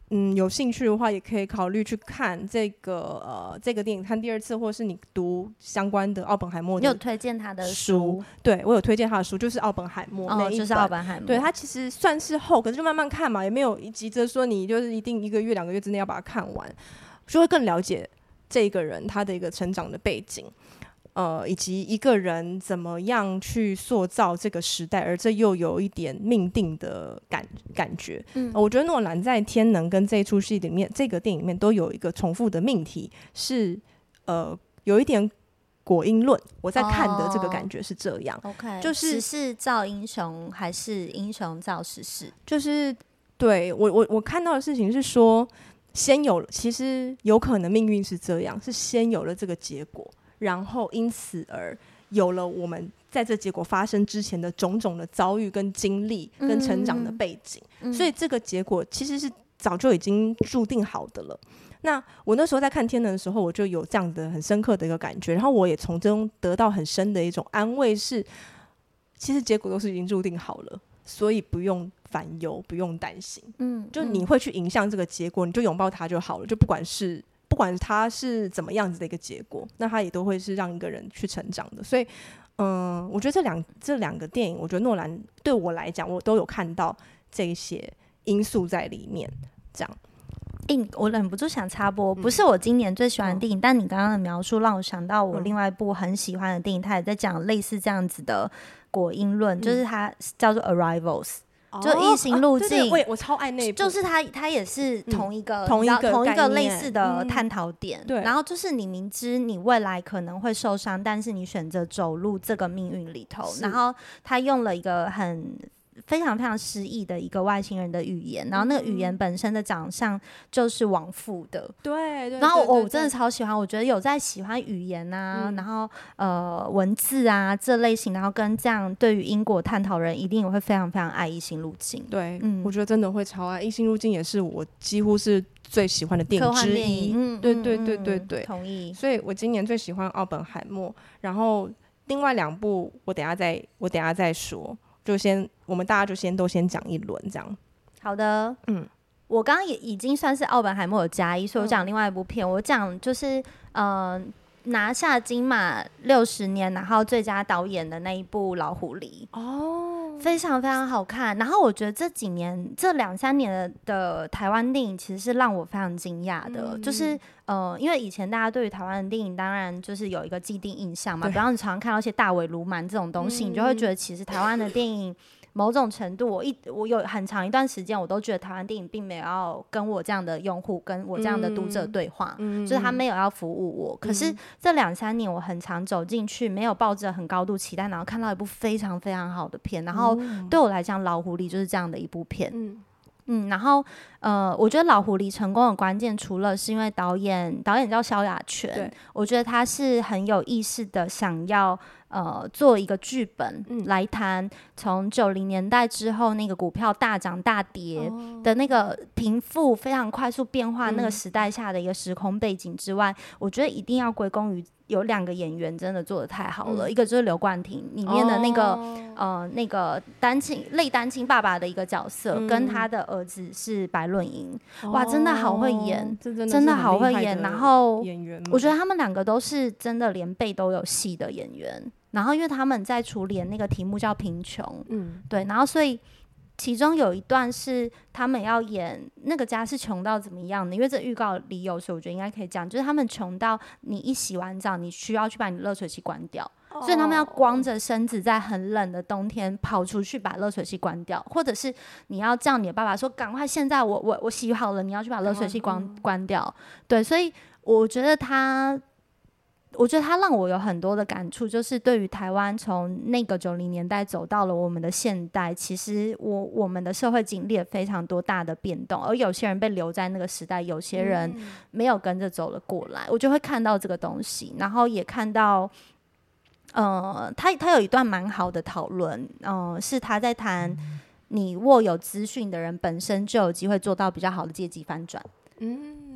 嗯有兴趣的话，也可以考虑去看这个呃这个电影，看第二次，或是你读相关的奥本海默的。 你有推荐他的书？ 对，我有推荐他的书，就是奥本海默那一本， 哦，就是奥本海默。 对，他其实算是厚，可是就慢慢看嘛，也没有急着说你就是一定一个月两个月之内要把它看完，就会更了解这个人他的一个成长的背景。呃，以及一个人怎么样去塑造这个时代，而这又有一点命定的感感觉。嗯，呃、我觉得诺兰在《天能》跟这一出戏里面，这个电影里面都有一个重复的命题，是呃有一点果因论。我在看的这个感觉是这样。 哦、OK， 就是时势造英雄，还是英雄造时势？ 就是对我我我看到的事情是说，先有了，其实有可能命运是这样，是先有了这个结果。然后因此而有了我们在这结果发生之前的种种的遭遇跟经历跟成长的背景、嗯嗯、所以这个结果其实是早就已经注定好的了。那我那时候在看天能的时候，我就有这样的很深刻的一个感觉，然后我也从中得到很深的一种安慰，是其实结果都是已经注定好了，所以不用烦忧，不用担心。嗯，就你会去影响这个结果，你就拥抱它就好了，就不管是不管它是怎么样子的一个结果，那它也都会是让一个人去成长的。所以嗯、呃，我觉得这两这两个电影，我觉得诺兰对我来讲，我都有看到这些因素在里面。这样， 欸、我忍不住想插播，不是我今年最喜欢的电影、嗯、但你刚刚的描述让我想到我另外一部很喜欢的电影，它也在讲类似这样子的果因论、嗯、就是它叫做 Arrivals，就异形路径、哦啊、 我, 我超爱那一部， 就是它它也是同一个、 嗯、同一个同一个类似的探讨点、 嗯、对， 然后就是你明知你未来可能会受伤，但是你选择走入这个命运里头，然后他用了一个很非常非常诗意的一个外星人的语言，然后那个语言本身的长相就是往复的， 对对， 然后我真的超喜欢，我觉得有在喜欢语言啊、嗯、然后呃文字啊这类型，然后跟这样对于因果探讨人一定也会非常非常爱异星路径。 对、嗯、我觉得真的会超爱异星路径，也是我几乎是最喜欢的电影之一。 嗯， 对对对对对， 同意。 所以我今年最喜欢奥本海默，然后另外两部我等一下再我等一下再说，就先我们大家就先都先讲一轮这样。 好的，嗯，我刚刚也已经算是奥本海默有加一，所以我讲另外一部片，嗯、我讲就是呃拿下金马六十年然后最佳导演的那一部《老狐狸》哦，非常非常好看。然后我觉得这几年这两三年 的, 的台湾电影其实是让我非常惊讶的、嗯，就是呃，因为以前大家对于台湾的电影当然就是有一个既定印象嘛，比方你常常看到一些大尾鲈鳗这种东西、嗯，你就会觉得其实台湾的电影。某种程度我一我有很长一段时间我都觉得台湾电影并没有要跟我这样的用户跟我这样的读者对话、嗯、就是他没有要服务我、嗯、可是这两三年我很常走进去，没有抱着很高度期待，然后看到一部非常非常好的片，然后对我来讲老狐狸就是这样的一部片。嗯嗯，然后呃，我觉得老狐狸成功的关键，除了是因为导演导演叫萧亚全，我觉得他是很有意识的想要呃做一个剧本、嗯、来谈从九零年代之后那个股票大涨大跌的那个贫富非常快速变化、嗯、那个时代下的一个时空背景之外，我觉得一定要归功于有两个演员真的做得太好了、嗯、一个就是刘冠廷里面的那个、哦、呃那个单亲类单亲爸爸的一个角色、嗯、跟他的儿子是白润英、哦、哇真的好会演，真 的, 真的好会演，然后我觉得他们两个都是真的连背都有戏的演员，然后因为他们在处理那个题目叫贫穷，嗯，对，然后所以其中有一段是他们要演那个家是穷到怎么样的，因为这预告里有，所以我觉得应该可以讲，就是他们穷到你一洗完澡你需要去把你热水器关掉、哦、所以他们要光着身子在很冷的冬天跑出去把热水器关掉，或者是你要叫你的爸爸说赶快现在我我我洗好了你要去把热水器关、嗯、关掉，对，所以我觉得他我觉得他让我有很多的感触，就是对于台湾从那个九零年代走到了我们的现代，其实我我们的社会经历了非常多大的变动，而有些人被留在那个时代，有些人没有跟着走了过来、嗯、我就会看到这个东西，然后也看到呃，他他有一段蛮好的讨论，呃，是他在谈你握有资讯的人本身就有机会做到比较好的阶级翻转。嗯，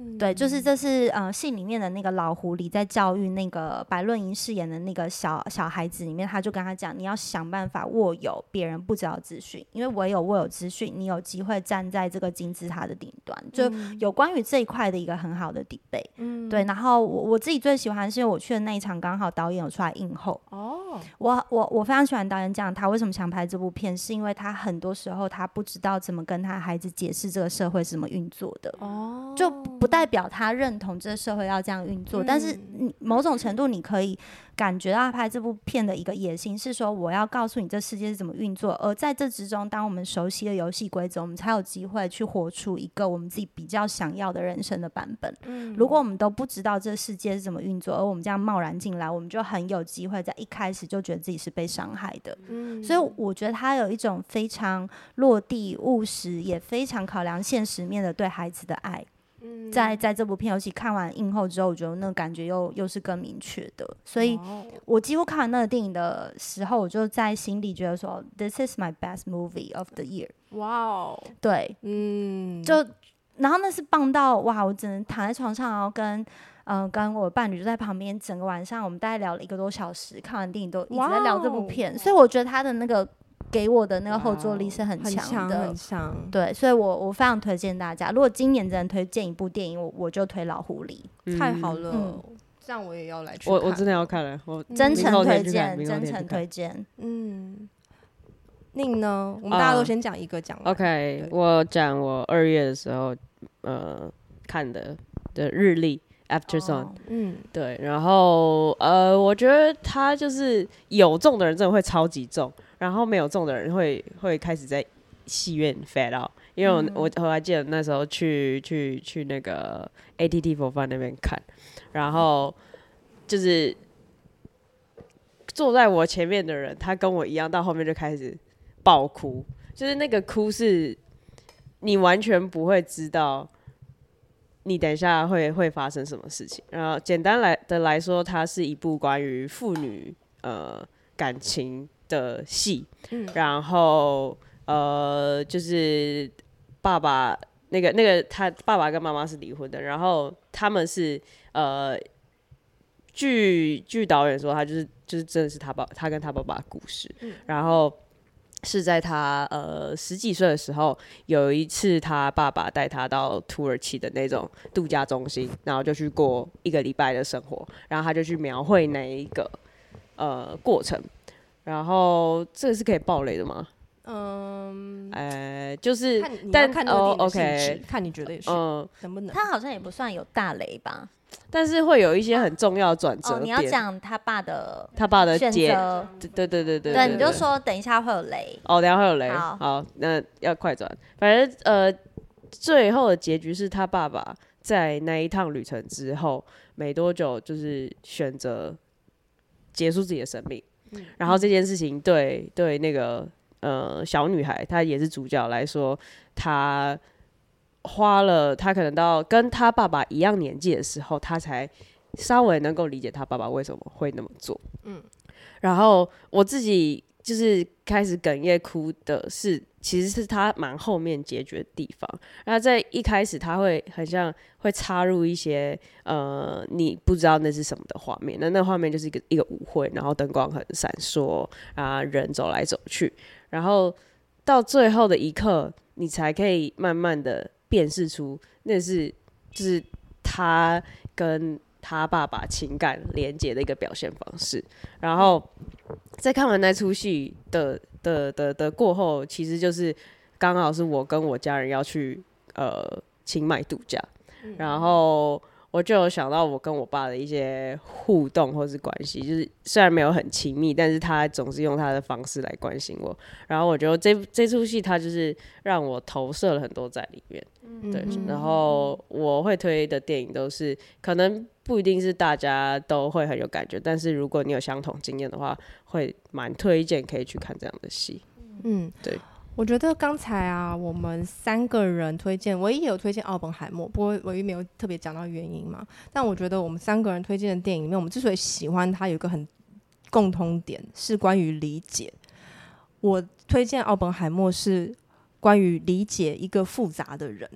嗯，对，就是这是呃戏里面的那个老狐狸在教育那个白润莹饰演的那个小小孩子里面，他就跟他讲，你要想办法握有别人不知道资讯，因为唯有握有资讯，你有机会站在这个金字塔的顶端，就有关于这一块的一个很好的 debate。嗯，对，然后我我自己最喜欢是因为我去的那一场刚好导演有出来映后。哦，我我我非常喜欢导演讲他为什么想拍这部片，是因为他很多时候他不知道怎么跟他孩子解释这个社会是怎么运作的。哦，就不代表他认同这个社会要这样运作，嗯，但是你某种程度你可以感觉到他拍这部片的一个野心是说，我要告诉你这世界是怎么运作，而在这之中，当我们熟悉了游戏规则，我们才有机会去活出一个我们自己比较想要的人生的版本。嗯，如果我们都不知道这世界是怎么运作，而我们这样贸然进来，我们就很有机会在一开始就觉得自己是被伤害的。嗯，所以我觉得他有一种非常落地务实，也非常考量现实面的对孩子的爱。在在这部片，尤其看完映后之后，我觉得那个感觉又又是更明确的，所以我几乎看完那个电影的时候，我就在心里觉得说 ，This is my best movie of the year。哇哦，对，嗯，就然后那是棒到哇，我只能躺在床上，然后跟嗯、呃、跟我伴侣就在旁边，整个晚上我们大概聊了一个多小时，看完电影都一直在聊这部片，所以我觉得他的那个。给我的那个后坐力是很强的， 很强。 对，所以我我非常推荐大家。如果今年只能推荐一部电影，我我就推《老狐狸》。 嗯，太好了，嗯，这样我也要来去看。 我我真的要看了，我真诚推荐，真诚推荐。 嗯，宁呢？我们大家都先讲一个讲。 Uh, OK， 我讲我二月的时候呃看的的日历。After Sun， 哦，嗯，对，然后呃，我觉得他就是有中的人真的会超级中，然后没有中的人会会开始在戏院 fade out， 因为我、嗯、我我还记得那时候去去去那个 A T T for Fun 那边看，然后就是坐在我前面的人，他跟我一样，到后面就开始爆哭，就是那个哭是你完全不会知道。你等一下会会发生什么事情？然后简单来的来说，它是一部关于父女呃感情的戏，嗯，然后呃就是爸爸那个那个他爸爸跟妈妈是离婚的，然后他们是呃据据导演说，他就是就是真的是他爸他跟他爸爸的故事，嗯，然后。是在他呃十几岁的时候，有一次他爸爸带他到土耳其的那种度假中心，然后就去过一个礼拜的生活，然后他就去描绘那一个呃过程，然后这个是可以爆雷的吗？嗯，呃，就是看你要看那个电影的性质，哦 okay, 看你觉得也是，嗯，能不能？ 他好像也不算有大雷吧。 但是会有一些很重要的转折点。哦， 你要讲他爸的他爸的选择， 对对对对对。 对，你就说等一下会有雷。 哦，等一下会有雷。好，好，那要快转。反正呃，最后的结局是他爸爸在那一趟旅程之后没多久，就是选择结束自己的生命。嗯，然后这件事情对对那个呃小女孩，她也是主角来说，她。花了他可能到跟他爸爸一样年纪的时候，他才稍微能够理解他爸爸为什么会那么做。嗯，然后我自己就是开始哽咽哭的是，其实是他蛮后面结局的地方。然后在一开始他会很像会插入一些呃你不知道那是什么的画面，那那画面就是一个一个舞会，然后灯光很闪烁啊，人走来走去，然后到最后的一刻，你才可以慢慢的。辨识出那是就是他跟他爸爸情感连结的一个表现方式，然后在看完那出戏的的的的过后，其实就是刚好是我跟我家人要去呃清迈度假，然后我就有想到我跟我爸的一些互动或是关系，就是虽然没有很亲密，但是他总是用他的方式来关心我。然后我觉得这这出戏他就是让我投射了很多在里面，嗯、对。然后我会推的电影都是可能不一定是大家都会很有感觉，但是如果你有相同经验的话，会蛮推荐可以去看这样的戏。嗯，对。 我觉得刚才啊，我们三个人推荐，唯一有推荐奥本海默，不过唯一没有特别讲到原因嘛。但我觉得我们三个人推荐的电影里面，我们之所以喜欢它，有一个很共通点是关于理解。我推荐奥本海默是关于理解一个复杂的人，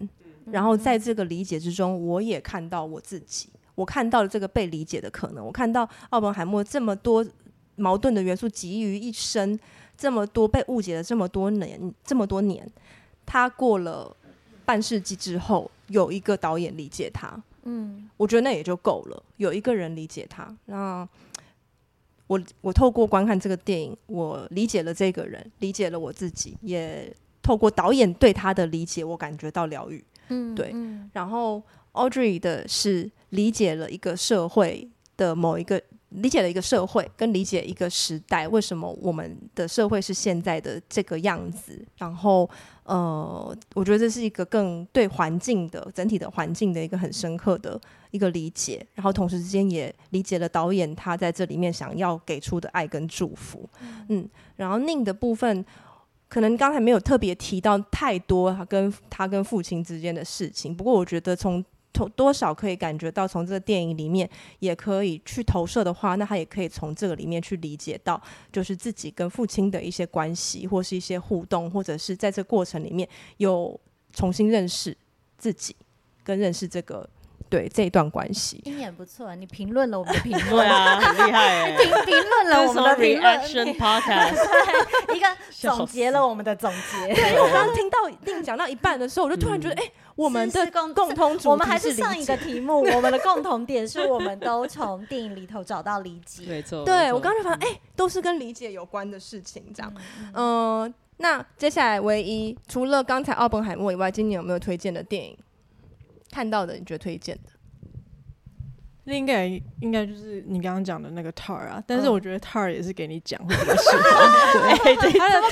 然后在这个理解之中，我也看到我自己，我看到了这个被理解的可能，我看到奥本海默这么多矛盾的元素集于一身，这么多被误解了这么多年，这么多年，他过了半世纪之后，有一个导演理解他，嗯，我觉得那也就够了，有一个人理解他，那我我透过观看这个电影，我理解了这个人，理解了我自己，也透过导演对他的理解，我感觉到疗愈，嗯，对，嗯，然后 Audrey 的是理解了一个社会的某一个，理解了一个社会，跟理解一个时代，为什么我们的社会是现在的这个样子，然后呃，我觉得这是一个更对环境的整体的环境的一个很深刻的一个理解，然后同时之间也理解了导演他在这里面想要给出的爱跟祝福，嗯，嗯然后宁的部分可能刚才没有特别提到太多他跟他跟父亲之间的事情，不过我觉得从多少可以感觉到，从这个电影里面也可以去投射的话，那他也可以从这个里面去理解到，就是自己跟父亲的一些关系，或是一些互动，或者是在这个过程里面有重新认识自己，跟认识这个对这一段关系。 你也不错，你评论了我们的评论， 对啊，很厉害耶， 评评论了我们的评论 ，reaction podcast， 一个总结了我们的总结。 对，因为我刚刚听到宁讲到一半的时候，我就突然觉得，哎、嗯。欸我们的共共同主题是， 我们还是上一个题目，我们的共同点是我们都从电影里头找到理解。 没错， 对我刚刚就发现，哎、欸，都是跟理解有关的事情，这样。嗯、呃，那接下来唯一除了刚才奥本海默以外，今年有没有推荐的电影？看到的你觉得推荐的？ 应该应该就是你刚刚讲的那个 Tar 啊，但是我觉得 Tar 也是给你讲会比较喜欢，对，他的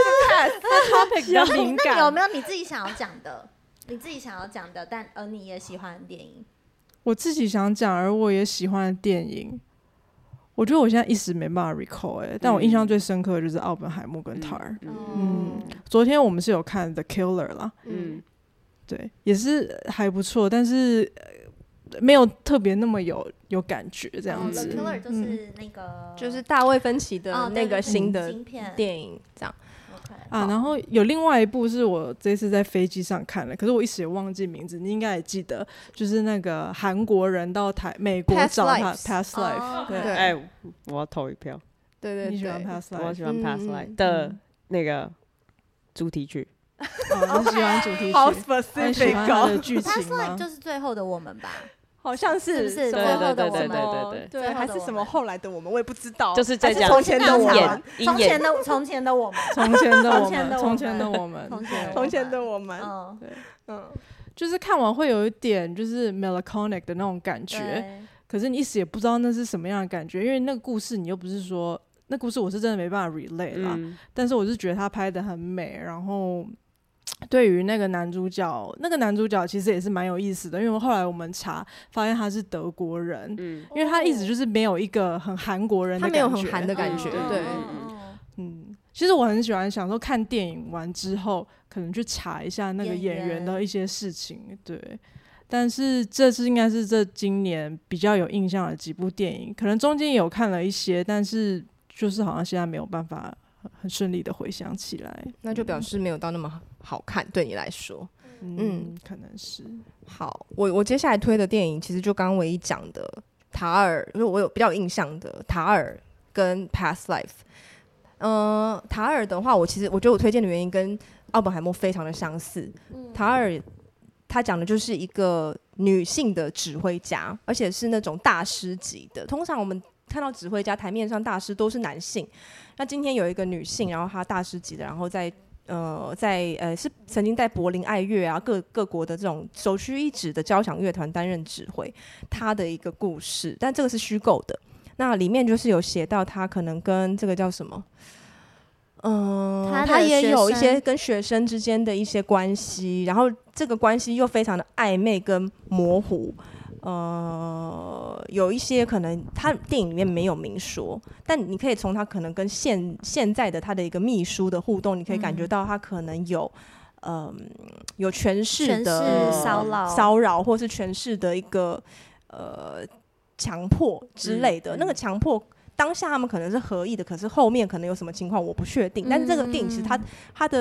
topic 比较敏感。 有没有你自己想要讲的？你自己想要讲的，但而你也喜欢的电影。 我自己想讲，而我也喜欢的电影，我觉得我现在一时没办法 recall 哎、欸，但我印象最深刻的就是奥本海默跟 Tar。嗯, 嗯，昨天我们是有看 The Killer 啦，嗯，对，也是还不错，但是没有特别那么有有感觉这样子。 哦、The Killer 就是那个、 嗯，就是大卫芬奇的那个新的电影，这样。 啊，然后有另外一部是我这次在飞机上看的，可是我一时也忘记名字，你应该也记得，就是那个韩国人到台美国找他 Past Life， 哦、对， 哎、欸，我要投一票。 对对对， 你喜欢 Past Life？ 我喜欢 Past Life 的那个主题曲。 哦，你喜欢主题曲？ 好 specific， 你喜欢它的剧情吗 ？Past Life 就是最后的我们吧。 好像是， 是不是最后的我们？ 对对对对对，还是什么后来的我们，我也不知道。 就是在讲从前的我们， 从前的从前的我们， 从前的我们，从前的我们， 从前的我们。 嗯， 对，嗯，就是看完会有一点就是 melancholic 的那种感觉，可是你一时也不知道那是什么样的感觉，因为那个故事你又不是说那故事我是真的没办法 relate 啦，嗯、但是我是觉得他拍得很美，然后。对于那个男主角，那个男主角其实也是蛮有意思的，因为后来我们查发现他是德国人，嗯，因为他一直就是没有一个很韩国人的感觉， 他没有很韩的感觉，嗯、对， 嗯，其实我很喜欢，想说看电影完之后，可能去查一下那个演员的一些事情，对。但是这次应该是这今年比较有印象的几部电影，可能中间有看了一些，但是就是好像现在没有办法。很顺利的回想起来， 那就表示没有到那么好看，对你来说， 嗯，嗯可能是。 好，我我接下来推的电影，其实就刚刚唯一讲的塔尔，因为我有比较有印象的塔尔跟 Past Life。呃，塔尔的话，我其实我觉得我推荐的原因跟奥本海默非常的相似。嗯、塔尔他讲的就是一个女性的指挥家，而且是那种大师级的。通常我们看到指挥家台面上大师都是男性，那今天有一个女性，然后她大师级的，然后在呃在呃是曾经在柏林爱乐啊各各国的这种首屈一指的交响乐团担任指挥，她的一个故事，但这个是虚构的。那里面就是有写到她可能跟这个叫什么，嗯、呃，她也有一些跟学生之间的一些关系，然后这个关系又非常的暧昧跟模糊。呃，有一些可能他电影里面没有明说，但你可以从他可能跟现现在的他的一个秘书的互动，你可以感觉到他可能有，嗯、呃，有权势的骚扰、 骚扰，或是权势的一个呃强迫之类的。嗯、那个强迫当下他们可能是合意的，可是后面可能有什么情况我不确定。嗯、但是这个电影其实它它的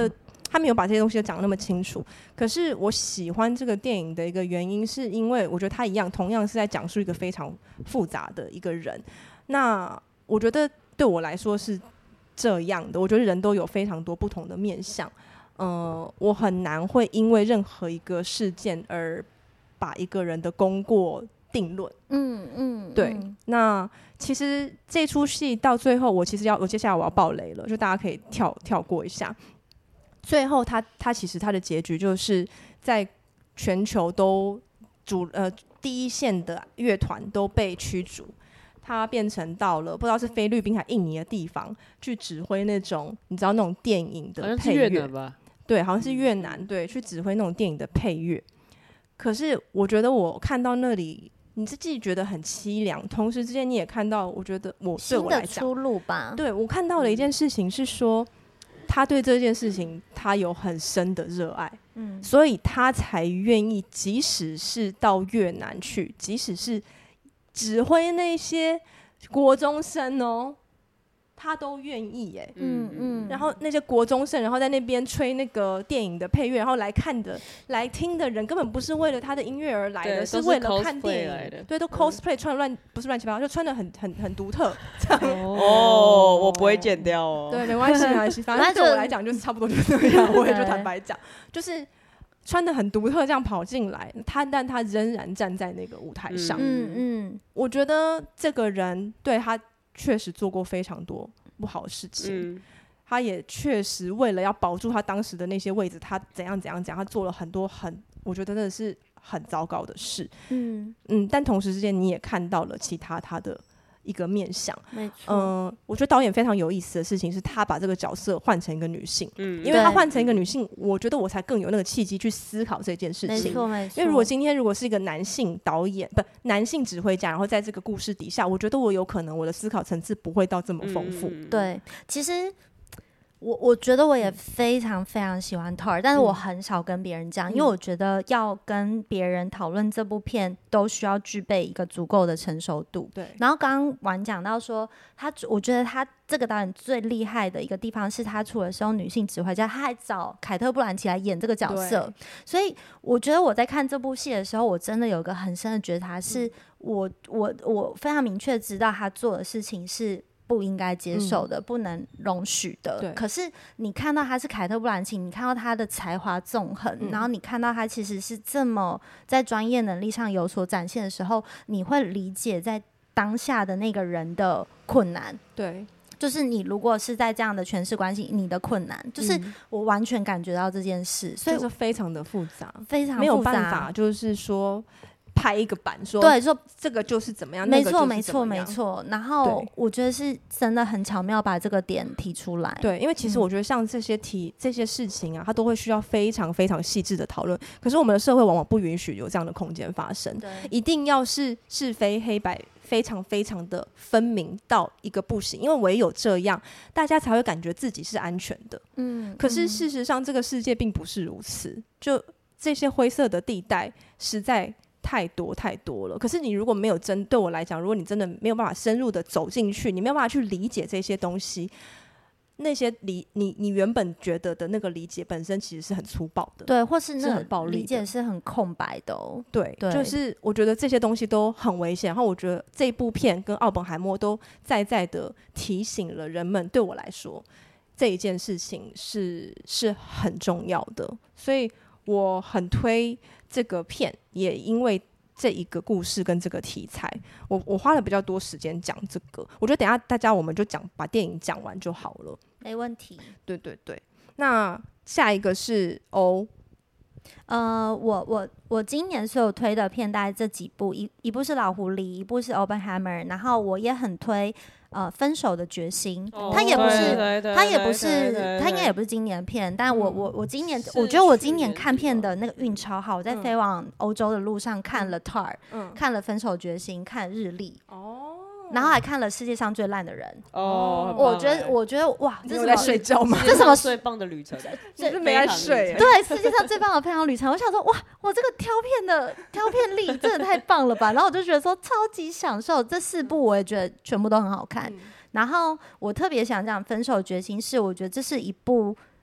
他没有把这些东西都讲得那么清楚。可是我喜欢这个电影的一个原因，是因为我觉得他一样，同样是在讲述一个非常复杂的一个人。那我觉得对我来说是这样的，我觉得人都有非常多不同的面向。呃，我很难会因为任何一个事件而把一个人的功过定论。 嗯嗯， 对。 嗯那其实这出戏到最后，我其实要，我接下来我要爆雷了，就大家可以跳跳过一下。最后他，他他其实他的结局就是在全球都主呃第一线的乐团都被驱逐，他变成到了不知道是菲律宾还印尼的地方去指挥那种你知道那种电影的配乐， 好像是越南吧？ 对，好像是越南，对，去指挥那种电影的配乐。可是我觉得我看到那里，你自己觉得很凄凉，同时之间你也看到，我觉得我对我来讲， 新的出路吧。 对我看到了一件事情是说，他对这件事情他有很深的热爱，嗯，所以他才愿意，即使是到越南去，即使是指挥那些国中生哦。他都愿意耶、欸，嗯嗯，然后那些国中生，然后在那边吹那个电影的配乐，然后来看的、来听的人，根本不是为了他的音乐而来的，是为了看电影。对，都 cosplay 穿的乱，不是乱七八糟，就穿的很很很独特。这样哦，我不会剪掉哦。 对，没关系，没关系，反正对我来讲就是差不多就是这样。我也就坦白讲，就是穿的很独特，这样跑进来，他但他仍然站在那个舞台上。嗯嗯，我觉得这个人对他。确实做过非常多不好的事情、嗯、他也确实为了要保住他当时的那些位置，他怎样怎样讲，他做了很多很我觉得真的是很糟糕的事。嗯嗯，但同时之间你也看到了其他他的一个面向。没错，嗯、呃，我觉得导演非常有意思的事情是他把这个角色换成一个女性，嗯，因为他换成一个女性，我觉得我才更有那个契机去思考这件事情。没错没错，因为如果今天如果是一个男性导演，不男性指挥家，然后在这个故事底下，我觉得我有可能我的思考层次不会到这么丰富。 嗯、对，其实。我我觉得我也非常非常喜欢 Tar， 但是我很少跟别人讲、嗯，因为我觉得要跟别人讨论这部片，都需要具备一个足够的成熟度。对。然后刚刚婉讲到说，他我觉得他这个导演最厉害的一个地方是他除了是用女性指挥家，他还找凯特·布兰奇来演这个角色。所以我觉得我在看这部戏的时候，我真的有一个很深的觉察，是我我我非常明确知道他做的事情是。不应该接受的、嗯、不能容许的。可是你看到他是凯特·布兰奇，你看到他的才华纵横、嗯、然后你看到他其实是这么在专业能力上有所展现的时候，你会理解在当下的那个人的困难。对，就是你如果是在这样的诠释关系，你的困难就是我完全感觉到这件事，所以就是非常的复杂， 非常复杂， 没有办法就是说拍一个版说， 对，说这个就是怎么样， 没错，没错，没错。然后我觉得是真的很巧妙把这个点提出来。 对，因为其实我觉得像这些题、嗯、这些事情啊，它都会需要非常非常细致的讨论。可是我们的社会往往不允许有这样的空间发生，一定要是是非黑白非常非常的分明到一个不行，因为唯有这样，大家才会感觉自己是安全的。嗯，可是事实上，这个世界并不是如此，就这些灰色的地带实在。太多太多了，可是你如果没有真对我来讲，如果你真的没有办法深入的走进去，你没有办法去理解这些东西，那些理你你原本觉得的那个理解本身其实是很粗暴的， 对，或是那个理解是很空白的哦。 对，对，就是我觉得这些东西都很危险。然后我觉得这部片跟奥本海默都在在的提醒了人们，对我来说这一件事情是是很重要的，所以我很推这个片，也因为这一个故事跟这个题材，我我花了比较多时间讲这个。我觉得等一下大家我们就讲把电影讲完就好了， 没问题。 对对对，那下一个是O。 呃，我我我今年所有推的片大概这几部，一一部是老狐狸，一部是 Oppenheimer， 然后我也很推呃分手的决心，哦、他也不是他也不是他应该也不是今年片，但我我我今年我觉得我今年看片的那个运超好，我在飞往欧洲的路上看了 Tar，、嗯、看了分手决心，看日历。哦。然后还看了世界上最烂的人哦，我觉得我觉得哇，这是在睡觉吗？ 这是什么最棒的旅程？ 这是没在睡。 对，世界上最棒的飞航旅程。我想说哇，我这个挑片的挑片力真的太棒了吧！然后我就觉得说超级享受，这四部我也觉得全部都很好看。嗯、然后我特别想讲《分手决心》，是我觉得这是一部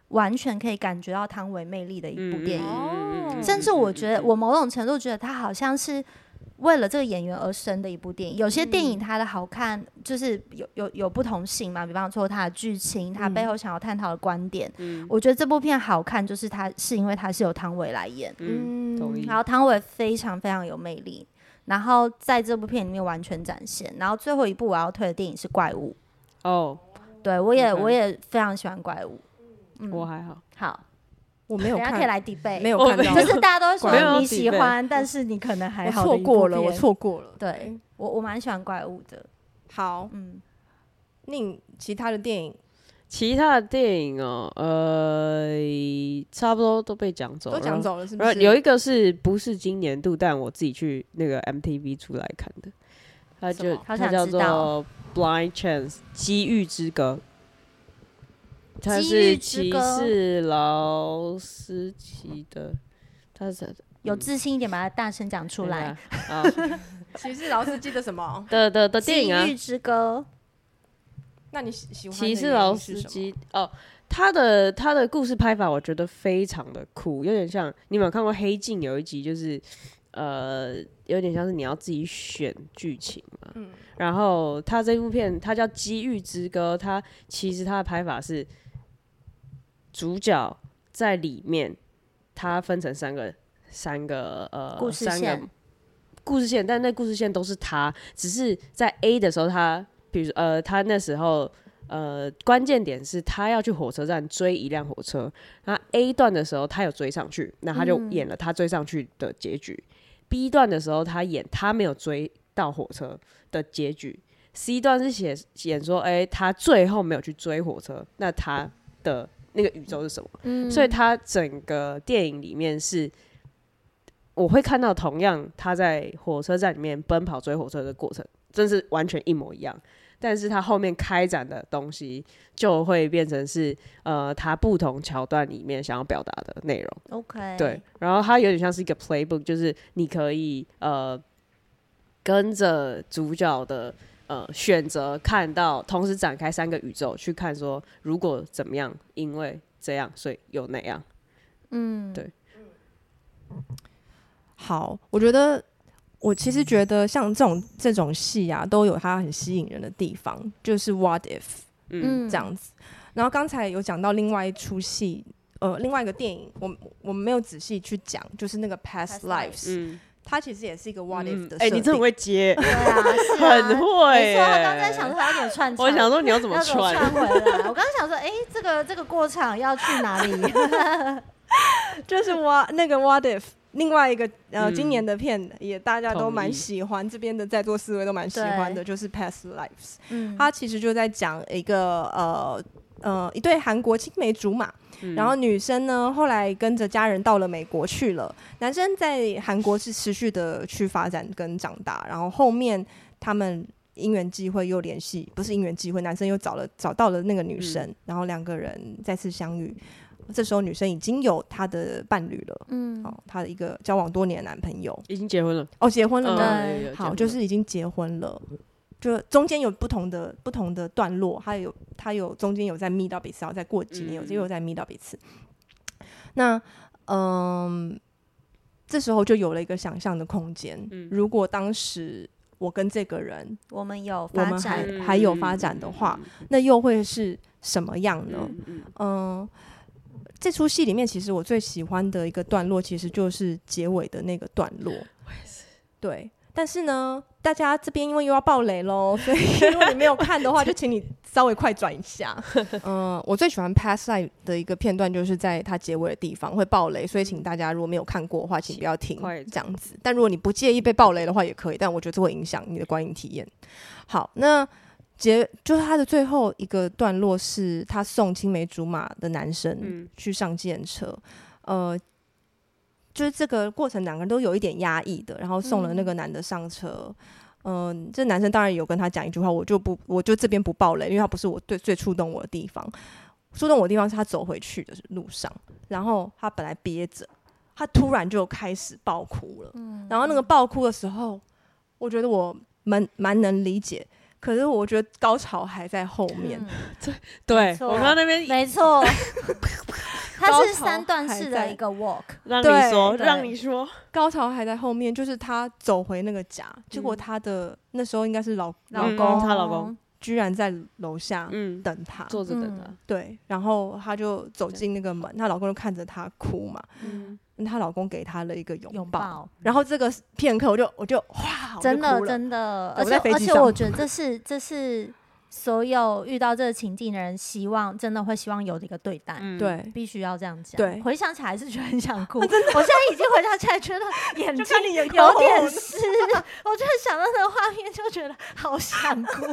完全可以感觉到汤唯魅力的一部电影。 哦， 甚至我觉得，我某种程度觉得它好像是为了这个演员而生的一部电影。有些电影它的好看就是有有有不同性嘛，比方说它的剧情，它背后想要探讨的观点。嗯、我觉得这部片好看，就是它是因为它是由汤唯来演， 嗯，同意。 然后汤唯非常非常有魅力，然后在这部片里面完全展现。然后最后一部我要推的电影是《怪物》。 哦， 对我也、okay. 我也非常喜欢《怪物》。嗯， 我还好。 好。 我没有看， 大家可以来 debate， 没有看到， 就是大家都说你喜欢，但是你可能还好。 我错过了，我错过了。 对，我我蛮喜欢怪物的。 好，嗯，那你其他的电影， 其他的电影哦，呃，差不多都被讲走了， 都讲走了，是不是？ 有一个是不是今年度，但我自己去那个 M T V 出来看的，它就它叫做 Blind Chance 机遇之歌。他是骑士劳斯基的，他是、嗯、 有自信一点，把它大声讲出来。 骑士劳斯基的什么的的的电影啊？ 机遇之歌。 那你喜欢骑士劳斯基哦？他的他的故事拍法我觉得非常的酷，有点像你们有看过《黑镜》有一集就是呃，有点像是你要自己选剧情嘛。嗯。然后他这部片它叫《机遇之歌》，它其实它的拍法是。主角在里面，它分成三个三个呃故事线三个故事线，但那故事线都是他，只是在 A 的时候他，比如呃他那时候呃关键点是他要去火车站追一辆火车，那 A 段的时候他有追上去，那他就演了他追上去的结局。嗯、B 段的时候他演他没有追到火车的结局。C 段是写演说，哎、欸，他最后没有去追火车，那他的。那个宇宙是什么？嗯、所以他整个电影里面是，我会看到同样他在火车站里面奔跑追火车的过程，真是完全一模一样。但是他后面开展的东西就会变成是呃，他不同桥段里面想要表达的内容。 OK， 对，然后它有点像是一个 playbook， 就是你可以呃跟着主角的。呃，选择看到，同时展开三个宇宙去看，说如果怎么样，因为这样，所以有那样。嗯，对。 好，我觉得我其实觉得像这种这种戏啊，都有它很吸引人的地方，就是 What if， 嗯，这样子。然后刚才有讲到另外一出戏，呃，另外一个电影，我我们没有仔细去讲，就是那个 Past Lives。嗯，它其实也是一个 what if 的设定。哎、 嗯欸，你真的会接， 对啊，是啊很会耶。 没错，他刚才想说他有点串场， 我想说你要怎么串？ 要怎么串回来？我刚刚想说，哎、欸，这个这个过场要去哪里？ 就是我那个 what if， 另外一个呃、嗯，今年的片也大家都蛮喜欢，这边的在座四位都蛮喜欢的，就是 Past Lives。嗯，它其实就在讲一个呃呃一对韩国青梅竹马。然后女生呢，后来跟着家人到了美国去了。男生在韩国是持续的去发展跟长大，然后后面他们因缘际会又联系，不是因缘际会，男生又找了找到了那个女生，嗯、然后两个人再次相遇。这时候女生已经有她的伴侣了，嗯，哦，她的一个交往多年的男朋友已经结婚了， 哦，结婚了， 嗯、 对，好，就是已经结婚了。就中间有不同的不同的段落，他有他有中间有在 meet 到彼此，然后再过几年有又有在 meet 到彼此。那嗯，这时候就有了一个想象的空间。嗯、如果当时我跟这个人， 我们有发展， 我们还还有发展的话，嗯、那又会是什么样呢？嗯，呃、这出戏里面，其实我最喜欢的一个段落，其实就是结尾的那个段落。 我也是， 对。但是呢，大家这边因为又要爆雷咯，所以如果你没有看的话，就请你稍微快转一下。嗯、呃，我最喜欢 Past Life 的一个片段，就是在它结尾的地方会爆雷，所以请大家如果没有看过的话，请不要听这样子。但如果你不介意被爆雷的话，也可以，但我觉得这会影响你的观影体验。好，那结就是它的最后一个段落是他送青梅竹马的男生去上计程车，呃。就是这个过程，两个人都有一点压抑的，然后送了那个男的上车。嗯、呃，这男生当然有跟他讲一句话，我就不，我就这边不爆雷，因为他不是我最最触动我的地方。触动我的地方是他走回去的路上，然后他本来憋着，他突然就开始爆哭了。嗯，然后那个爆哭的时候，我觉得我蛮蛮能理解。 可是我觉得高潮还在后面。 嗯、 对，我刚刚那边没错，它是三段式的一个 walk。 让你说，让你说， 高潮还在后面，就是他走回那个家，嗯、结果他的那时候应该是老老公， 嗯、她老公居然在楼下等她， 坐着等她。 对，然后她就走进那个门，她老公就看着她哭嘛。嗯，她老公给她了一个拥抱，抱然后这个片刻我就我就哇， 真的真的，而且而且我觉得这是这是所有遇到这个情境的人希望真的会希望有的一个对待， 嗯、对， 必须要这样讲。 对， 回想起来还是觉得很想哭。我现在已经回想起来，觉得眼睛有点湿，我就想到那个画面，就觉得好想哭。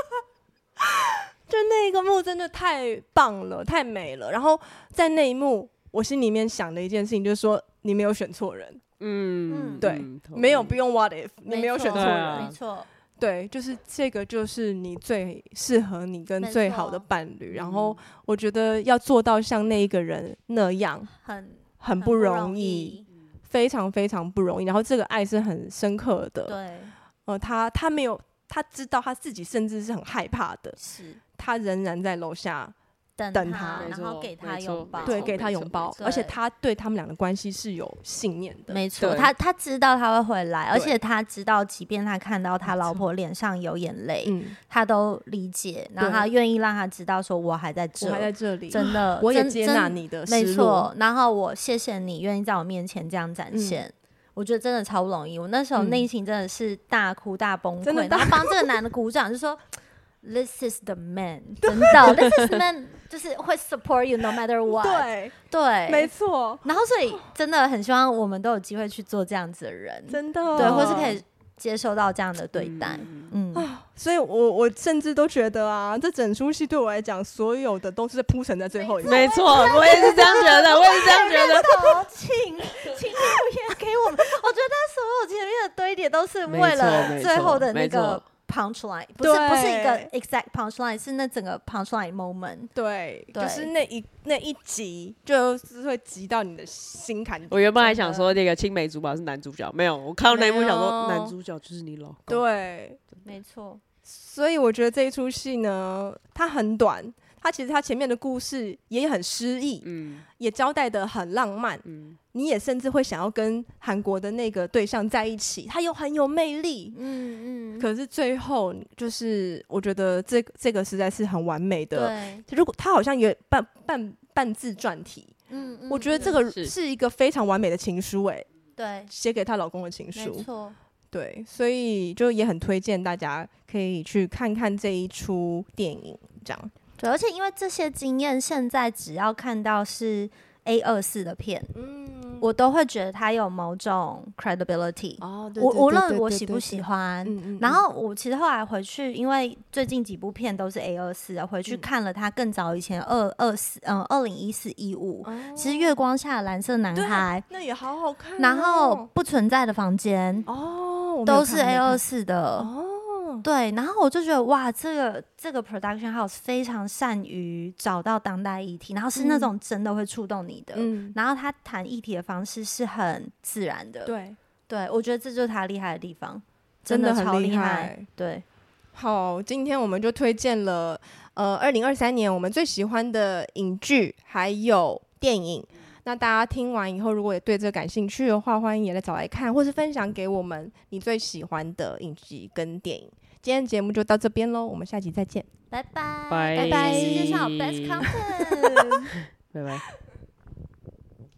就那一个幕真的太棒了，太美了。然后在那一幕，我心里面想的一件事情就是说，你没有选错人。嗯，对，嗯、没有不用 what if， 你没有选错人， 没错。 对，就是这个，就是你最适合你跟最好的伴侣。然后我觉得要做到像那一个人那样， 很很不容易，非常非常不容易。然后这个爱是很深刻的。 对， 呃，他他没有。他知道他自己甚至是很害怕的， 是他仍然在楼下等 他, 等他然后给他拥抱， 对，给他拥抱，而且他对他们俩的关系是有信念的， 没错，他他知道他会回来，而且他知道，即便他看到他老婆脸上有眼泪，他都理解，然后他愿意让他知道说，我还在这， 我还在这里， 真的， 我也接纳你的失落， 没错，然后我谢谢你愿意在我面前这样展现。嗯，我觉得真的超不容易，我那时候内心真的是大哭大崩溃，嗯、然后帮这个男的鼓掌，就说 This is the man， 真的，This is the man， 就是会 support you no matter what。 对对， 没错。 然后所以真的很希望我们都有机会去做这样子的人， 真的， 对，或是可以接受到这样的对待。嗯， 嗯啊，所以我我甚至都觉得啊，这整出戏对我来讲，所有的都是铺陈在最后一幕。 没错，我也是这样觉得，我也是这样觉得。 请请留言给我们，我觉得他所有前面的堆叠都是为了最后的那个 punchline， 不是不是一个 exact punchline， 是那整个 punchline moment。 对，对就是那一那一集，就是会急到你的心坎。 我原本还想说那个青梅竹马是男主角，没有，我看到那一幕想说男主角就是你老公。 对， 没错。 所以我觉得这一出戏呢，它很短。他其实他前面的故事也很诗意，嗯，也交代得很浪漫，嗯，你也甚至会想要跟韩国的那个对象在一起，他又很有魅力，嗯嗯。可是最后就是我觉得这这个实在是很完美的，对。如果他好像有半半半自传体，嗯嗯，我觉得这个是一个非常完美的情书，哎， 对， 写给她老公的情书， 没错。 对，所以就也很推荐大家可以去看看这一出电影，这样。 对，而且因为这些经验，现在只要看到是 A 二四 的片，嗯，我都会觉得它有某种 credibility。哦，对，无论我喜不喜欢。嗯嗯。然后我其实后来回去，因为最近几部片都是 A 二四 的，回去看了他更早以前二二四，嗯，二零一四一五，其实《月光下的蓝色男孩》 那也好好看，哦。 然后《不存在的房间》哦，都是 A 二四 的。哦。对，然后我就觉得哇，这个这个 production house 非常善于找到当代议题，然后是那种真的会触动你的，嗯，然后他谈议题的方式是很自然的， 对， 对我觉得这就是他厉害的地方， 真的超厉害，害对。 好，今天我们就推荐了呃，二零二三年我们最喜欢的影剧还有电影。那大家听完以后，如果也对这个感兴趣的话，欢迎也来找来看，或是分享给我们你最喜欢的影集跟电影。今天节目就到这边咯，我们下集再见， 拜拜， 拜拜拜，世界上有 best content， 拜拜。